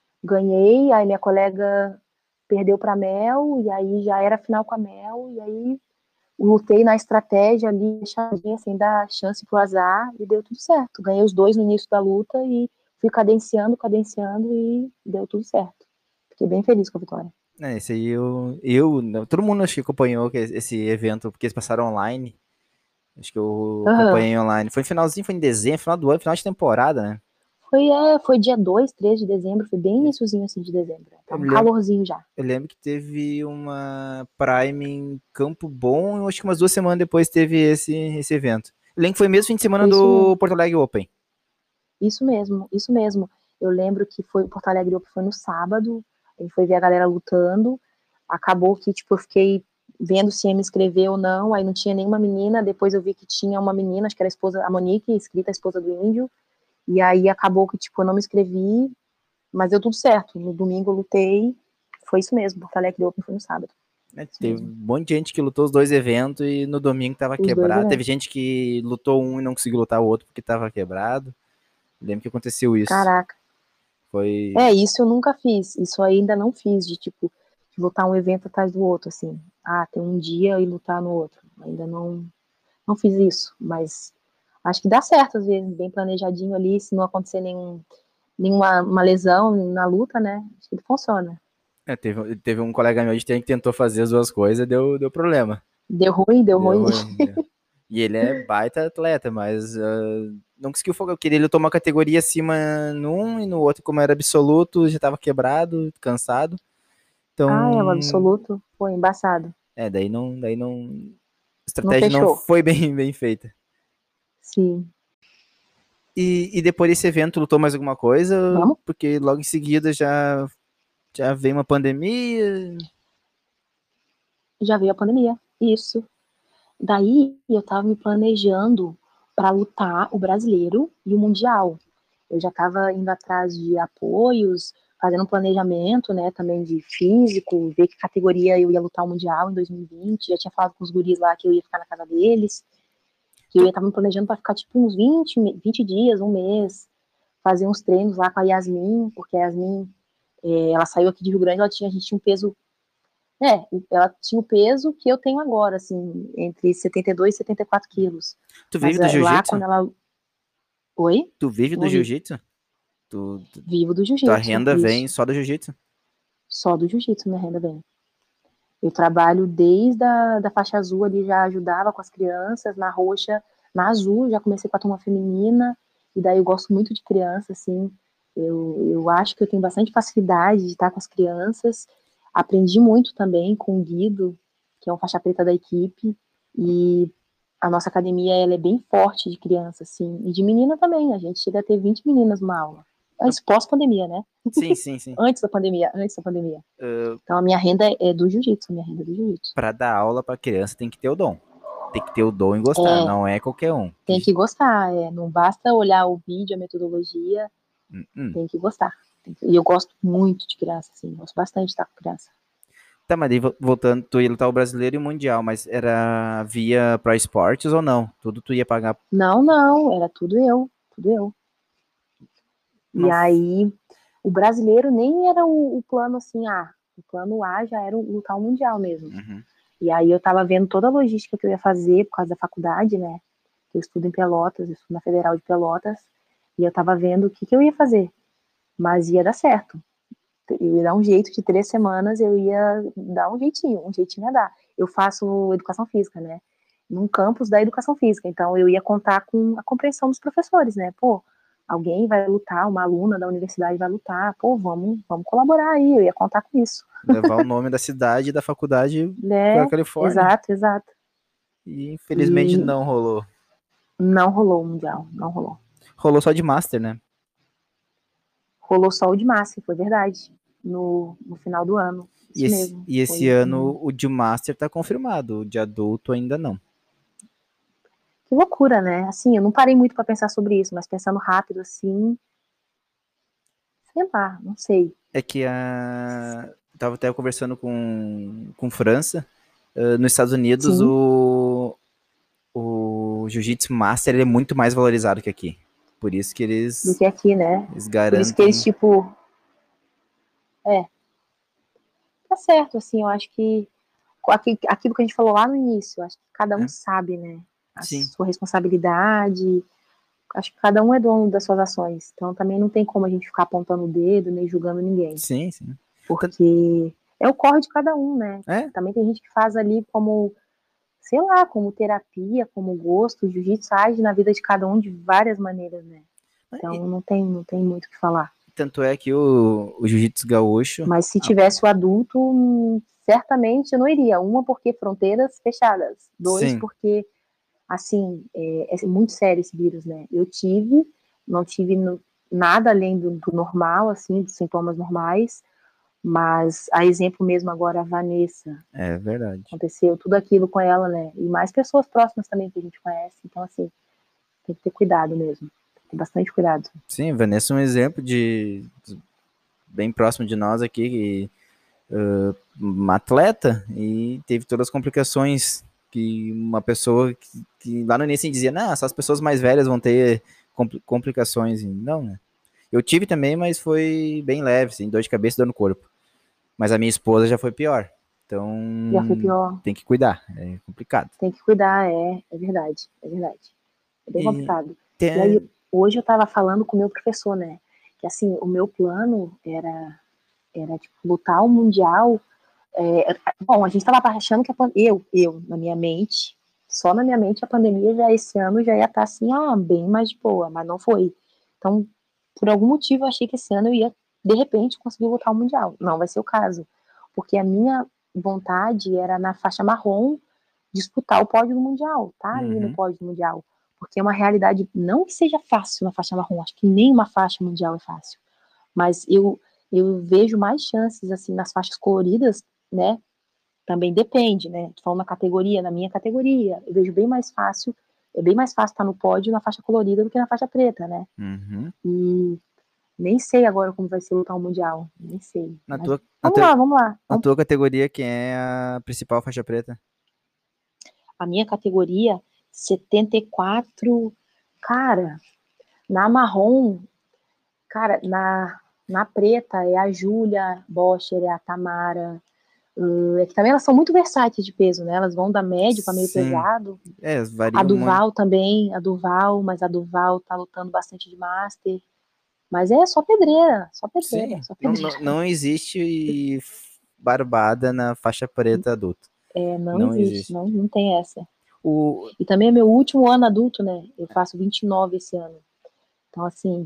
ganhei, aí minha colega perdeu para Mel, e aí já era final com a Mel, e aí lutei na estratégia ali, chavinha, sem dar chance pro azar, e deu tudo certo. Ganhei os dois no início da luta e fui cadenciando, cadenciando e deu tudo certo. Fiquei bem feliz com a vitória. É, esse aí eu, eu. não, Todo mundo acho que acompanhou que- esse evento, porque eles passaram online. Acho que eu Uhum. acompanhei online. Foi finalzinho, foi em dezembro, final do ano, final de temporada, né? Foi, é, foi dia dois, três de dezembro, foi bem iniciozinho assim de dezembro. Eu Tava me um lembro, calorzinho já. eu lembro que teve uma Prime em Campo Bom, e acho que umas duas semanas depois teve esse, esse evento. Eu lembro que foi mesmo fim de semana Foi isso do mesmo. Porto Alegre Open. Isso mesmo, isso mesmo. Eu lembro que foi o Porto Alegre Open foi no sábado, ele foi ver a galera lutando. Acabou que, tipo, eu fiquei vendo se ia me inscrever ou não, aí não tinha nenhuma menina, depois eu vi que tinha uma menina, acho que era a esposa, a Monique, escrita a esposa do Índio, e aí acabou que, tipo, eu não me inscrevi, mas deu tudo certo. No domingo eu lutei, foi isso mesmo, Porto Alegre Open foi no sábado. Né? Isso Teve um mesmo. monte de gente que lutou os dois eventos e no domingo tava Os dois quebrado. Teve eventos. gente que lutou um e não conseguiu lutar o outro porque tava quebrado. Eu lembro que aconteceu isso. Caraca. Foi. É, isso eu nunca fiz. Isso eu ainda não fiz, de tipo, de lutar um evento atrás do outro, assim. Ah, tem um dia e lutar no outro. Ainda não, não fiz isso, mas acho que dá certo, às vezes, bem planejadinho ali, se não acontecer nenhum, nenhuma uma lesão na luta, né? Acho que funciona. É, teve, teve um colega meu de treino que tentou fazer as duas coisas, deu, deu problema. Deu ruim, deu Deu ruim. ruim. Deu. E ele é baita atleta, mas uh, não conseguiu focar. Eu queria ele tomar categoria acima num e no outro, como era absoluto, já tava quebrado, cansado. Ah, é o Então, absoluto. Foi embaçado. é, daí não, daí não, a Não estratégia não fechou. foi bem, bem feita. Sim. E, e depois desse evento, lutou mais alguma coisa? Vamos? Porque logo em seguida já, já veio uma pandemia. Já veio a pandemia. Isso. Daí eu tava me planejando para lutar o brasileiro e o mundial. Eu já estava indo atrás de apoios, fazendo um planejamento, né, também de físico, ver que categoria eu ia lutar o mundial em dois mil e vinte. Já tinha falado com os guris lá que eu ia ficar na casa deles, que eu ia Tu, estar me planejando para ficar tipo uns vinte, vinte dias, um mês, fazer uns treinos lá com a Yasmin, porque a Yasmin, é, ela saiu aqui de Rio Grande, ela tinha, a gente tinha um peso. É, ela tinha o peso que eu tenho agora, assim, entre setenta e dois e setenta e quatro quilos. tu Mas vive do é, lá, jiu-jitsu? quando ela. Oi? Tu vive do Não ouvi. jiu-jitsu? Tu, tu- Vivo do tua jiu-jitsu, renda vem isso. só do jiu-jitsu? Só do jiu-jitsu minha renda vem. Eu trabalho desde a da faixa azul ali, já ajudava com as crianças, na roxa, na azul, já comecei com a turma feminina, e daí eu gosto muito de criança, assim. Eu, eu acho que eu tenho bastante facilidade de estar com as crianças. Aprendi muito também com o Guido, que é um faixa preta da equipe, e a nossa academia ela é bem forte de criança, assim, e de menina também. A gente chega a ter vinte meninas numa aula. Antes, pós-pandemia, né? Sim, sim, sim. Antes da pandemia, antes da pandemia. Uh, então a minha renda é do jiu-jitsu, a minha renda é do jiu-jitsu. Pra dar aula pra criança tem que ter o dom. Tem que ter o dom e gostar, É, não é qualquer um. tem que gostar, é. Não basta olhar o vídeo, a metodologia, Hum, hum. tem que gostar. Tem que... E eu gosto muito de criança, assim, gosto bastante de estar com criança. Tá, mas daí voltando, tu ia lutar o brasileiro e o mundial, mas era via Pro Esportes ou não? Tudo tu ia pagar? Não, não, era tudo eu, tudo eu. Não. E aí, o brasileiro nem era o, o plano assim, ah, o plano A já era lutar o mundial mesmo. Uhum. E aí eu tava vendo toda a logística que eu ia fazer por causa da faculdade, né? Eu estudo em Pelotas, eu estudo na Federal de Pelotas, e eu tava vendo o que, que eu ia fazer. Mas ia dar certo. Eu ia dar um jeito de três semanas, eu ia dar um jeitinho, um jeitinho ia dar. Eu faço educação física, né? Num campus da educação física, então eu ia contar com a compreensão dos professores, né? Pô, alguém vai lutar, uma aluna da universidade vai lutar, pô, vamos, vamos colaborar aí, eu ia contar com isso. Levar o nome da cidade e da faculdade né? pra Califórnia. Exato, exato. E infelizmente e... não rolou. Não rolou o Mundial, não rolou. Rolou só de Master, né? Rolou só o de Master, foi verdade. No, no final do ano. Isso e esse, mesmo. E esse foi, ano um... o de Master tá confirmado, o de adulto ainda não. Que loucura, né? Assim, eu não parei muito para pensar sobre isso, mas pensando rápido assim, sei lá, não sei. É que a... tava até conversando com, com França, uh, nos Estados Unidos Sim. o, o Jiu-Jitsu Master ele é muito mais valorizado que aqui. Por isso que eles... Do que aqui, né? Eles garantem... Por isso que eles, tipo... É. Tá certo, assim, eu acho que aquilo que a gente falou lá no início, acho que cada um é. sabe, né? A Sim. sua responsabilidade. Acho que cada um é dono das suas ações. Então também não tem como a gente ficar apontando o dedo, nem julgando ninguém. Sim, sim. Porque é o corre de cada um, né? É? Também tem gente que faz ali como, sei lá, como terapia, como gosto. O jiu-jitsu age na vida de cada um de várias maneiras, né? Então não tem, não tem muito o que falar. Tanto é que o, o jiu-jitsu gaúcho... Mas se tivesse o adulto, certamente eu não iria. Uma, porque fronteiras fechadas. Dois, Sim. porque, assim, é, é muito sério esse vírus, né? Eu tive, não tive nada além do, do normal, assim, dos sintomas normais. Mas, a exemplo mesmo agora, a Vanessa. É verdade. Aconteceu tudo aquilo com ela, né? E mais pessoas próximas também que a gente conhece. Então, assim, tem que ter cuidado mesmo. Tem que ter bastante cuidado. Sim, Vanessa é um exemplo de... bem próximo de nós aqui, que, uh, uma atleta, e teve todas as complicações que uma pessoa que, que lá no início dizia, não, essas pessoas mais velhas vão ter compl complicações. Não, né? Eu tive também, mas foi bem leve, assim, dor de cabeça e dor no corpo. Mas a minha esposa já foi pior. Então, já foi pior. Tem que cuidar, é complicado. Tem que cuidar, é, é verdade, é verdade. É bem e complicado. Tem... E aí, hoje eu tava falando com o meu professor, né, que assim, o meu plano era, era tipo, lutar o Mundial. É, bom, a gente tava achando que a pandemia, eu, eu, na minha mente, só na minha mente, a pandemia já esse ano já ia estar assim, ah, bem mais de boa, mas não foi. Então, por algum motivo, eu achei que esse ano eu ia, de repente, conseguir lutar o Mundial. Não vai ser o caso, porque a minha vontade era, na faixa marrom, disputar o pódio do Mundial, tá ali uhum. no pódio do Mundial. Porque é uma realidade, não que seja fácil na faixa marrom, acho que nenhuma faixa mundial é fácil, mas eu, eu vejo mais chances, assim, nas faixas coloridas, né, também depende, né, tô falando na categoria, na minha categoria, eu vejo bem mais fácil, é bem mais fácil estar no pódio na faixa colorida do que na faixa preta, né, uhum. e nem sei agora como vai ser lutar o Mundial, nem sei. Na tua, vamos na lá, tua, vamos lá. Na vamos... tua categoria, quem é a principal faixa preta? A minha categoria, setenta e quatro, cara, na marrom, cara, na, na preta é a Júlia Bocher, é a Tamara, uh, é que também elas são muito versáteis de peso, né, elas vão da médio para meio Sim. pesado. É, varia a Duval muito. também, a Duval, mas a Duval tá lutando bastante de Master, mas é só pedreira, só pedreira, Sim. só pedreira. Não, não, não existe barbada na faixa preta adulta. É, não, não existe, existe. Não, não tem essa. O... E também é meu último ano adulto, né? Eu faço vinte e nove esse ano. Então, assim,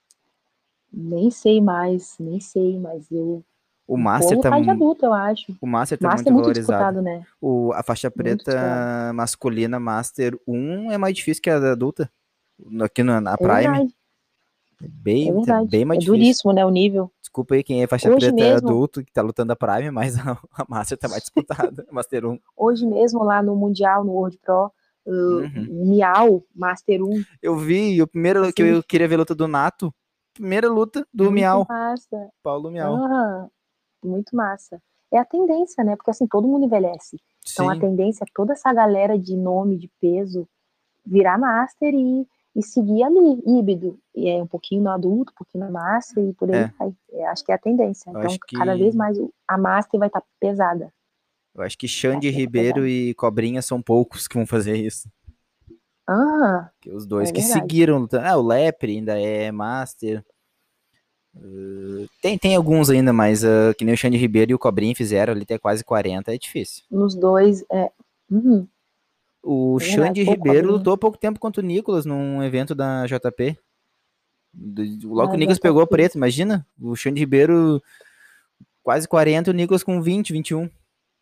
nem sei mais, nem sei, mas eu o Master vou tá lutar de adulto, eu acho. O Master tá Master muito, é muito valorizado. disputado, né? O, a faixa preta masculina Master um é mais difícil que a da adulta. Aqui na, na é Prime. Verdade. Bem, É verdade. bem mais é difícil. duríssimo, né, o nível. Desculpa aí quem é faixa Hoje preta mesmo, adulto que tá lutando a Prime, mas a, a Master tá mais disputada. Master um. hoje mesmo lá no Mundial, no World Pro, uh, Uhum. o Miau Master um, Eu vi, o primeiro que assim, eu queria ver a luta do Nato, primeira luta do muito Miau, massa. Paulo Miau. Ah, muito massa. É a tendência, né? Porque assim, todo mundo envelhece. Então a Sim, tendência é toda essa galera de nome, de peso, virar master e, e seguir ali, híbrido. E é um pouquinho no adulto, um pouquinho no master e por aí é. vai. É, acho que é a tendência. Eu Então, acho cada vez que mais o- a master vai estar pesada. eu acho que A Xande master vai estar Ribeiro pesada. e Cobrinha são poucos que vão fazer isso. Ah, Que os dois é que verdade. seguiram lutando. Ah, o Lepre ainda é Master. Tem, tem alguns ainda, mas uh, que nem o Xande Ribeiro e o Cobrinha fizeram ali até quase quarenta, é difícil. Nos dois, é. Uhum, O é verdade. Xande Pô, Ribeiro cobrinha. lutou há pouco tempo contra o Nicolas num evento da J P. Do- Logo que Da o Nicolas pegou a J P. preta, imagina? O Xande Ribeiro quase quarenta, o Nicolas com vinte, vinte e um.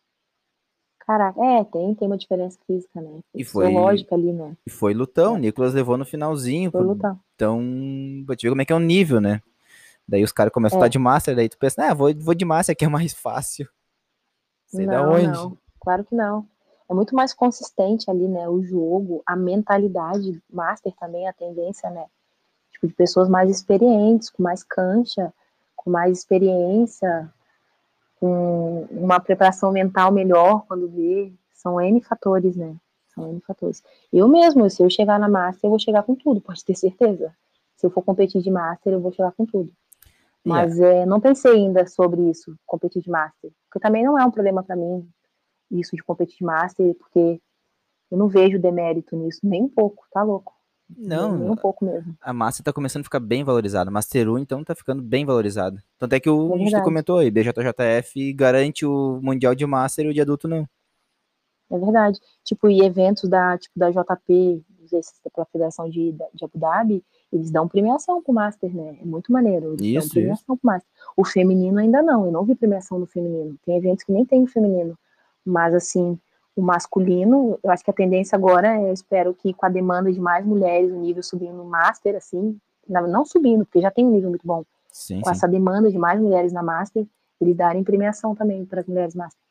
Caraca, é, tem, tem uma diferença física, né? E foi, Fisiológica ali, né? e foi lutão. O É, Nicolas levou no finalzinho. foi lutar. Então, pra te ver como é que é o nível, né? Daí os caras começam a lutar É, de Master, daí tu pensa, ah, vou, vou de Master que é mais fácil. Sei da não, onde. não, claro que não. É muito mais consistente ali, né? O jogo, a mentalidade, master também, a tendência, né? Tipo, de pessoas mais experientes, com mais cancha, com mais experiência, com uma preparação mental melhor quando vê. São N fatores, né? São N fatores. Eu mesmo, se eu chegar na master, eu vou chegar com tudo, pode ter certeza. Se eu for competir de master, eu vou chegar com tudo. Yeah. Mas é, não pensei ainda sobre isso, competir de master. Porque também não é um problema para mim, isso de competir de master, porque eu não vejo demérito nisso, nem um pouco, tá louco? Nem, nem Não, um pouco mesmo. a Master tá começando a ficar bem valorizada. Master um, então, tá ficando bem valorizada. Tanto é que o, É a gente verdade, comentou aí, B J J F garante o Mundial de Master e o de adulto não. é verdade. Tipo, e eventos da, tipo, da J P, esses da Federação de, de Abu Dhabi, eles dão premiação pro Master, né? É muito maneiro, eles dão Isso, isso. premiação pro Master. O feminino ainda não, eu não vi premiação no feminino. Tem eventos que nem tem o feminino. Mas, assim, o masculino, eu acho que a tendência agora é, eu espero que com a demanda de mais mulheres, o nível subindo no Master, assim, não subindo, porque já tem um nível muito bom, Sim, com sim. essa demanda de mais mulheres na Master, eles darem premiação também para as mulheres Master.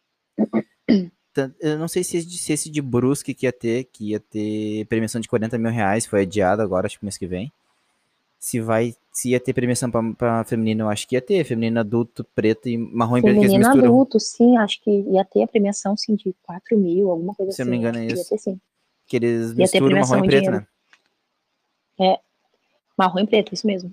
Eu não sei se esse, se esse de Brusque que ia ter, que ia ter premiação de quarenta mil reais, foi adiado agora, acho que mês que vem. Se vai, se ia ter premiação pra, pra feminino, eu acho que ia ter. Feminino adulto, preto e marrom e preto que eles Feminino misturam. adulto, sim, acho que ia ter a premiação, sim, de quatro mil, alguma coisa Se eu não me assim, engano acho é que ia isso. ter, sim. Que eles Ia ter misturam marrom e premiação em preto, dinheiro. né? É, marrom e preto, isso mesmo.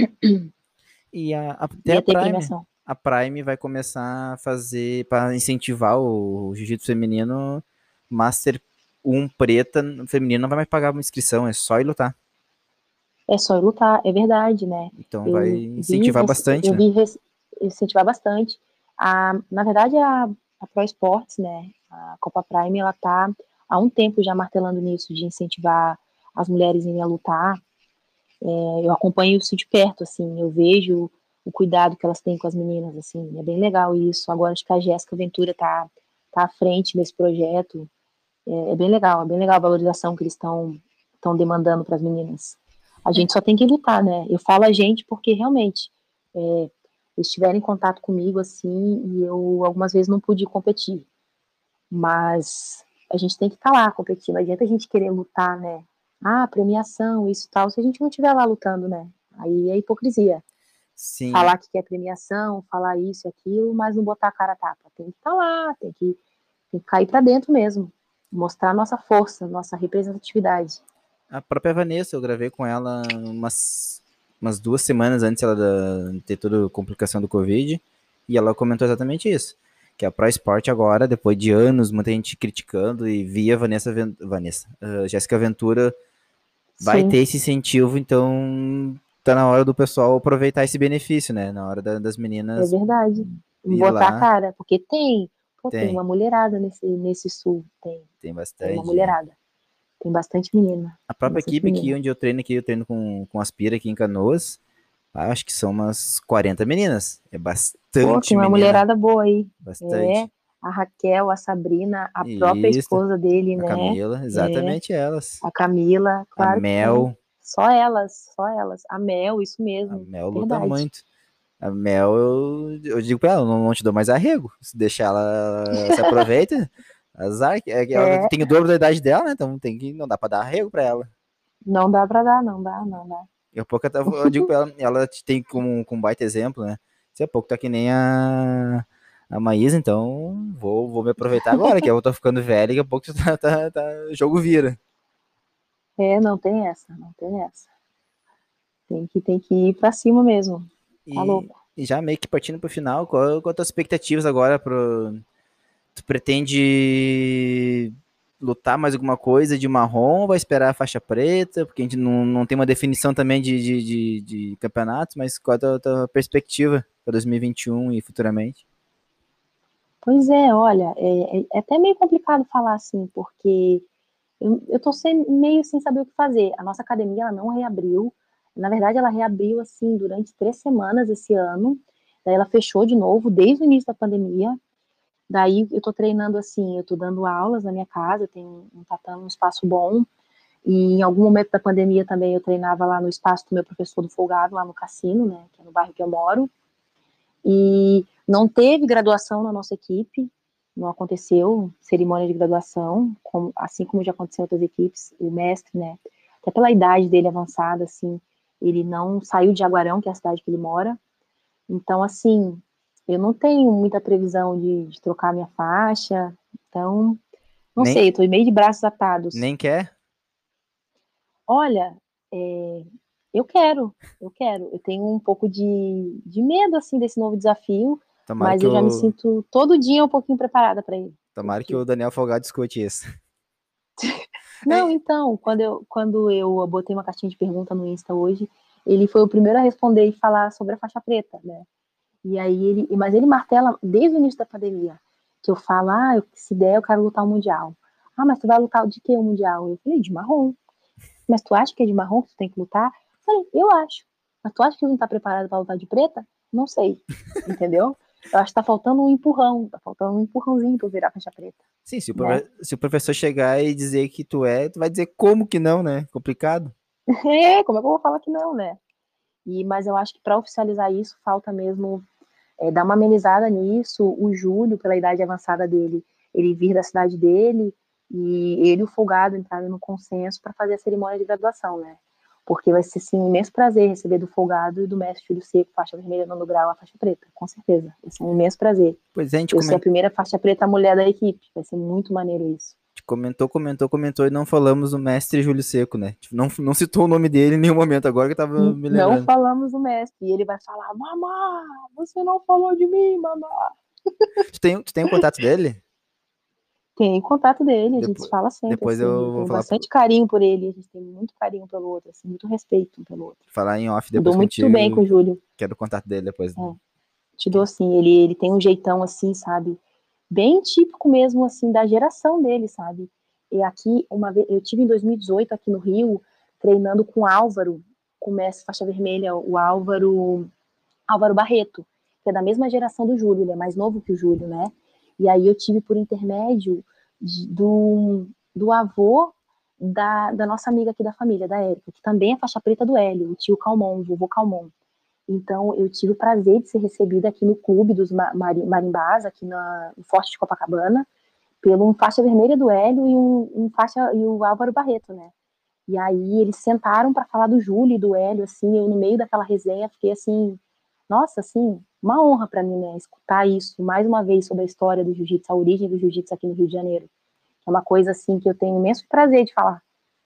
E a, a- até a Ia ter Prime. premiação. A Prime vai começar a fazer, para incentivar o, o jiu-jitsu feminino, Master um preta, feminino não vai mais pagar uma inscrição, é só ir lutar. É só ir lutar, é verdade, né? Então vai Eu vi, incentivar bastante, eu né? vi incentivar bastante. A, na verdade, a, a Pro Sports, né? A Copa Prime, ela tá há um tempo já martelando nisso, de incentivar as mulheres em a lutar. É, eu acompanho isso de perto, assim, eu vejo o cuidado que elas têm com as meninas, assim, é bem legal isso. Agora acho que a Jéssica Ventura tá, tá à frente nesse projeto. É, é bem legal, é bem legal a valorização que eles estão estão demandando para as meninas. A É, gente só tem que lutar, né? Eu falo a gente porque realmente é, eles tiveram em contato comigo assim e eu algumas vezes não pude competir, mas a gente tem que estar tá lá competindo. Não adianta a gente querer lutar, né? Ah, premiação, isso e tal, se a gente não estiver lá lutando, né? Aí é hipocrisia. sim, Falar que quer premiação, falar isso e aquilo, mas não botar a cara a tapa. Tem que estar tá lá, tem que, tem que cair para dentro mesmo. Mostrar nossa força, nossa representatividade. a própria Vanessa, eu gravei com ela umas, umas duas semanas antes ela da, ter toda a complicação do Covid, e ela comentou exatamente isso. Que a Pro Sport agora, depois de anos, muita gente criticando, e via Vanessa, Vanessa, uh, Jéssica Ventura vai ter Sim, esse incentivo, então tá na hora do pessoal aproveitar esse benefício, né? Na hora da, das é meninas verdade. ir Botar a lá, cara, porque tem, pô, tem tem, uma mulherada nesse, nesse sul, tem, tem tem uma bastante. mulherada. Tem bastante menina, A tem própria bastante equipe aqui menina. onde eu treino aqui, eu treino com, com Aspira aqui em Canoas, acho que são umas quarenta meninas. É Pô, bastante tem uma menina, mulherada boa aí. É, bastante. a Raquel, a Sabrina, a própria Isso, esposa dele, a né? Camila, É, exatamente elas. a Camila, A claro que tem. Mel, Só elas, só elas. A Mel, isso A mesmo, Mel luta verdade. muito. A Mel, eu, eu digo pra ela, não, não te dou mais arrego. Se deixar ela se aproveita, azar. que- é que Ela É, tem o dobro da idade dela, né? Então tem que, não dá pra dar arrego pra ela. não dá pra dar, não dá, não dá. E a pouco eu, tava- eu digo pra ela, ela te tem como, como baita exemplo, né? Daqui a pouco tá que nem a, a Maísa, então vou, vou me aproveitar agora, que eu tô ficando velho e daqui a pouco tá, tá, tá, o jogo vira. É, não tem essa, não tem essa. Tem que, tem que ir pra cima mesmo. Tá E, louco. e já meio que partindo pro final, qual, qual as tuas expectativas agora pro. Tu pretende lutar mais alguma coisa de marrom ou vai esperar a faixa preta? Porque a gente não, não tem uma definição também de, de, de, de campeonatos, mas qual é a tua, tua perspectiva para dois mil e vinte e um e futuramente? Pois é, olha, é, é até meio complicado falar assim, porque eu, eu tô sem, meio sem saber o que fazer. A nossa academia, ela não reabriu. Na verdade, ela reabriu, assim, durante três semanas esse ano. Daí ela fechou de novo, desde o início da pandemia. Daí eu tô treinando, assim, eu tô dando aulas na minha casa, eu tenho um tatame, um espaço bom. E em algum momento da pandemia também eu treinava lá no espaço do meu professor do Folgado, lá no Cassino, né, que é no bairro que eu moro. E não teve graduação na nossa equipe, não aconteceu cerimônia de graduação, como, assim como já aconteceu em outras equipes. O mestre, né, até pela idade dele avançada, assim, ele não saiu de Jaguarão, que é a cidade que ele mora. Então, assim, eu não tenho muita previsão de, de trocar minha faixa. Então, não Nem, sei, eu tô meio de braços atados. nem quer? Olha, é, eu quero, eu quero. Eu tenho um pouco de, de medo, assim, desse novo desafio, Tomara mas que eu já me o, sinto todo dia um pouquinho preparada para ele. tomara que Porque... o Daniel Folgado escute isso. Não, É, então, quando eu, quando eu botei uma caixinha de pergunta no Insta hoje, ele foi o primeiro a responder e falar sobre a faixa preta, né? E aí ele, mas ele martela desde o início da pandemia, que eu falo, ah, eu- se der, eu quero lutar o Mundial. Ah, mas tu vai lutar de que o Mundial? Eu falei, de marrom. Mas tu acha que é de marrom que tu tem que lutar? Eu falei, eu acho. Mas tu acha que tu não tá preparado para lutar de preta? Não sei. Entendeu? Eu acho que tá faltando um empurrão, tá faltando um empurrãozinho pra eu virar faixa preta, sim, se o, né? profe- se o professor chegar e dizer que tu é, tu vai dizer como que não, né? Complicado. É, como é que eu vou falar que não, né? E, mas eu acho que para oficializar isso, falta mesmo é, dar uma amenizada nisso. O Júlio, pela idade avançada dele, ele vir da cidade dele e ele e o Folgado entrarem no consenso para fazer a cerimônia de graduação, né? Porque vai ser, sim, um imenso prazer receber do Folgado e do mestre Júlio Seco, faixa vermelha, nono grau, a faixa preta, com certeza. Vai ser um imenso prazer. Pois é, a gente Eu ser a comen- primeira faixa preta mulher da equipe. Vai ser muito maneiro isso. a gente comentou, comentou, comentou e não falamos do mestre Júlio Seco, né? Tipo, não, não citou o nome dele em nenhum momento agora que eu tava me Não lembrando. falamos do mestre. E ele vai falar, mamá, você não falou de mim, mamá. Tu tem, tu tem o contato dele? Tem contato dele, a gente se Depois, fala sempre, depois assim. Eu eu vou tenho falar, bastante carinho por ele, a gente tem muito carinho pelo outro, assim, muito respeito um pelo outro. falar em off Me dou depois muito bem contigo. com o Júlio. Quero o contato dele depois. É, te dou assim, ele, ele tem um jeitão assim, sabe? Bem típico mesmo, assim, da geração dele, sabe? E aqui, uma vez, eu tive em dois mil e dezoito aqui no Rio, treinando com o Álvaro, com o mestre faixa vermelha, o Álvaro, Álvaro Barreto, que é da mesma geração do Júlio, ele é mais novo que o Júlio, né? E aí eu tive por intermédio de- do, do avô da, da nossa amiga aqui da família, da Érica, que também é faixa preta do Hélio, o tio Calmon, o vovô Calmon. Então, eu tive o prazer de ser recebida aqui no clube dos marimbás, aqui na, no Forte de Copacabana, pelo um faixa vermelha do Hélio e um, um faixa e o Álvaro Barreto, né? E aí eles sentaram para falar do Júlio e do Hélio, assim, eu no meio daquela resenha fiquei assim, nossa, assim, uma honra para mim, né, escutar isso mais uma vez sobre a história do jiu-jitsu, a origem do jiu-jitsu aqui no Rio de Janeiro. É uma coisa assim que eu tenho imenso prazer de falar.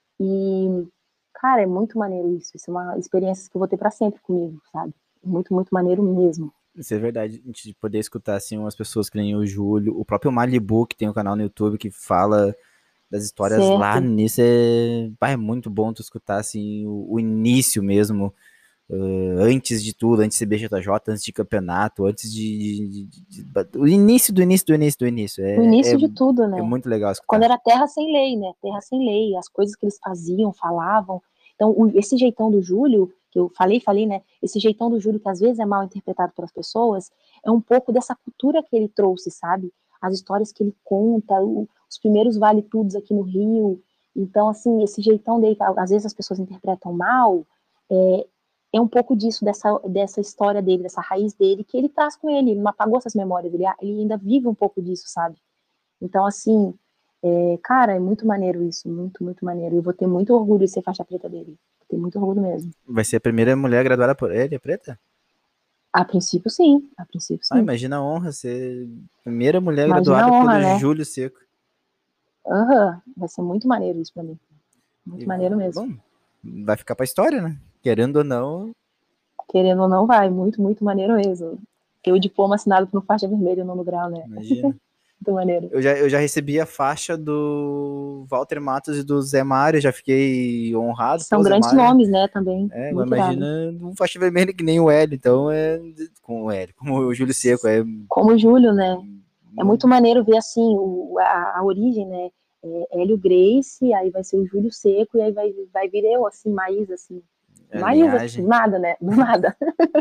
E, cara, é muito maneiro isso. Isso é uma experiência que eu vou ter para sempre comigo, sabe? Muito, muito maneiro mesmo. Isso é verdade, a gente poder escutar assim umas pessoas que nem o Júlio, o próprio Malibu, que tem um canal no YouTube que fala das histórias lá Certo. nisso, é, pá, é muito bom tu escutar assim o, o início mesmo, uh, antes de tudo, antes de ser B J J, antes de campeonato, antes de, de, de, de, o início do início do início do início, O é, é, início de tudo, é né? muito legal Quando escutar. era terra sem lei, né? Terra sem lei, as coisas que eles faziam, falavam. Então, o, esse jeitão do Júlio, que eu falei, falei, né? Esse jeitão do Júlio, que às vezes é mal interpretado pelas pessoas, é um pouco dessa cultura que ele trouxe, sabe? As histórias que ele conta, o, os primeiros vale-tudos aqui no Rio. Então, assim, esse jeitão dele, às vezes as pessoas interpretam mal, é, é um pouco disso, dessa, dessa história dele, dessa raiz dele, que ele traz com ele, ele não apagou essas memórias, ele, ele ainda vive um pouco disso, sabe? Então, assim, é, cara, é muito maneiro isso, muito, muito maneiro. Eu vou ter muito orgulho de ser faixa preta dele. Vou ter muito orgulho mesmo. Vai ser a primeira mulher graduada por ele, é preta? A princípio, sim. A princípio, sim. Ah, imagina a honra ser a primeira mulher Imagina graduada a honra, pelo né? Júlio Seco. Aham, uhum. Vai ser muito maneiro isso pra mim. Muito E, maneiro mesmo. bom, vai ficar pra história, né? Querendo ou não. Querendo ou não, vai. Muito, muito maneiro mesmo. Ter o diploma assinado por um faixa vermelha no nono grau, né? Imagina. Muito maneiro. Eu já, eu já recebi a faixa do Walter Matos e do Zé Mário, já fiquei honrado. São pô, grandes Zé Mário, nomes, né, também. É, muito imagina irado. Um faixa vermelha que nem o Hélio, então é com o Hélio, como o Júlio Seco. É, como o Júlio, né? É muito maneiro ver, assim, o, a, a origem, né? É, Hélio Grace, aí vai ser o Júlio Seco, e aí vai, vai vir eu, assim, Maísa, assim. a Maísa, assim, linhagem. do nada, né? Do nada.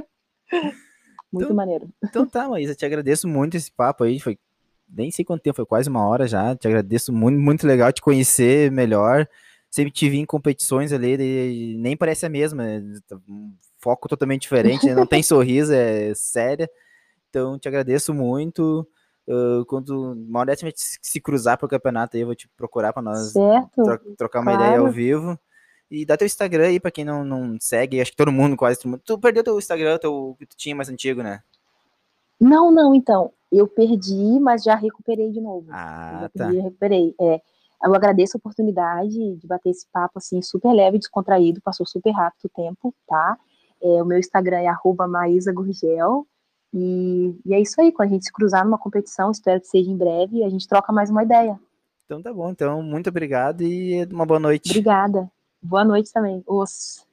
Muito Então, maneiro. então tá, Maísa, te agradeço muito esse papo aí, foi nem sei quanto tempo, foi quase uma hora já, te agradeço muito, muito legal te conhecer melhor, sempre te vi em competições ali, e nem parece a mesma, um foco totalmente diferente, né? Não tem sorriso, é séria, então te agradeço muito, uh, quando uma hora dessa a gente se cruzar pro campeonato aí, eu vou te procurar para nós certo, tro trocar uma claro. ideia ao vivo. E dá teu Instagram aí pra quem não, não segue, acho que todo mundo, quase todo mundo. Tu perdeu teu Instagram, teu, que tu tinha mais antigo, né? Não, não, então, eu perdi, mas já recuperei de novo. Ah, eu já tá. perdi e recuperei. É, eu agradeço a oportunidade de bater esse papo, assim, super leve, descontraído, passou super rápido o tempo, tá? É, o meu Instagram é arroba Maísa Gurgel, e, e é isso aí, quando a gente se cruzar numa competição, espero que seja em breve, a gente troca mais uma ideia. Então tá bom, então muito obrigado e uma boa noite. Obrigada. Boa noite também. Os...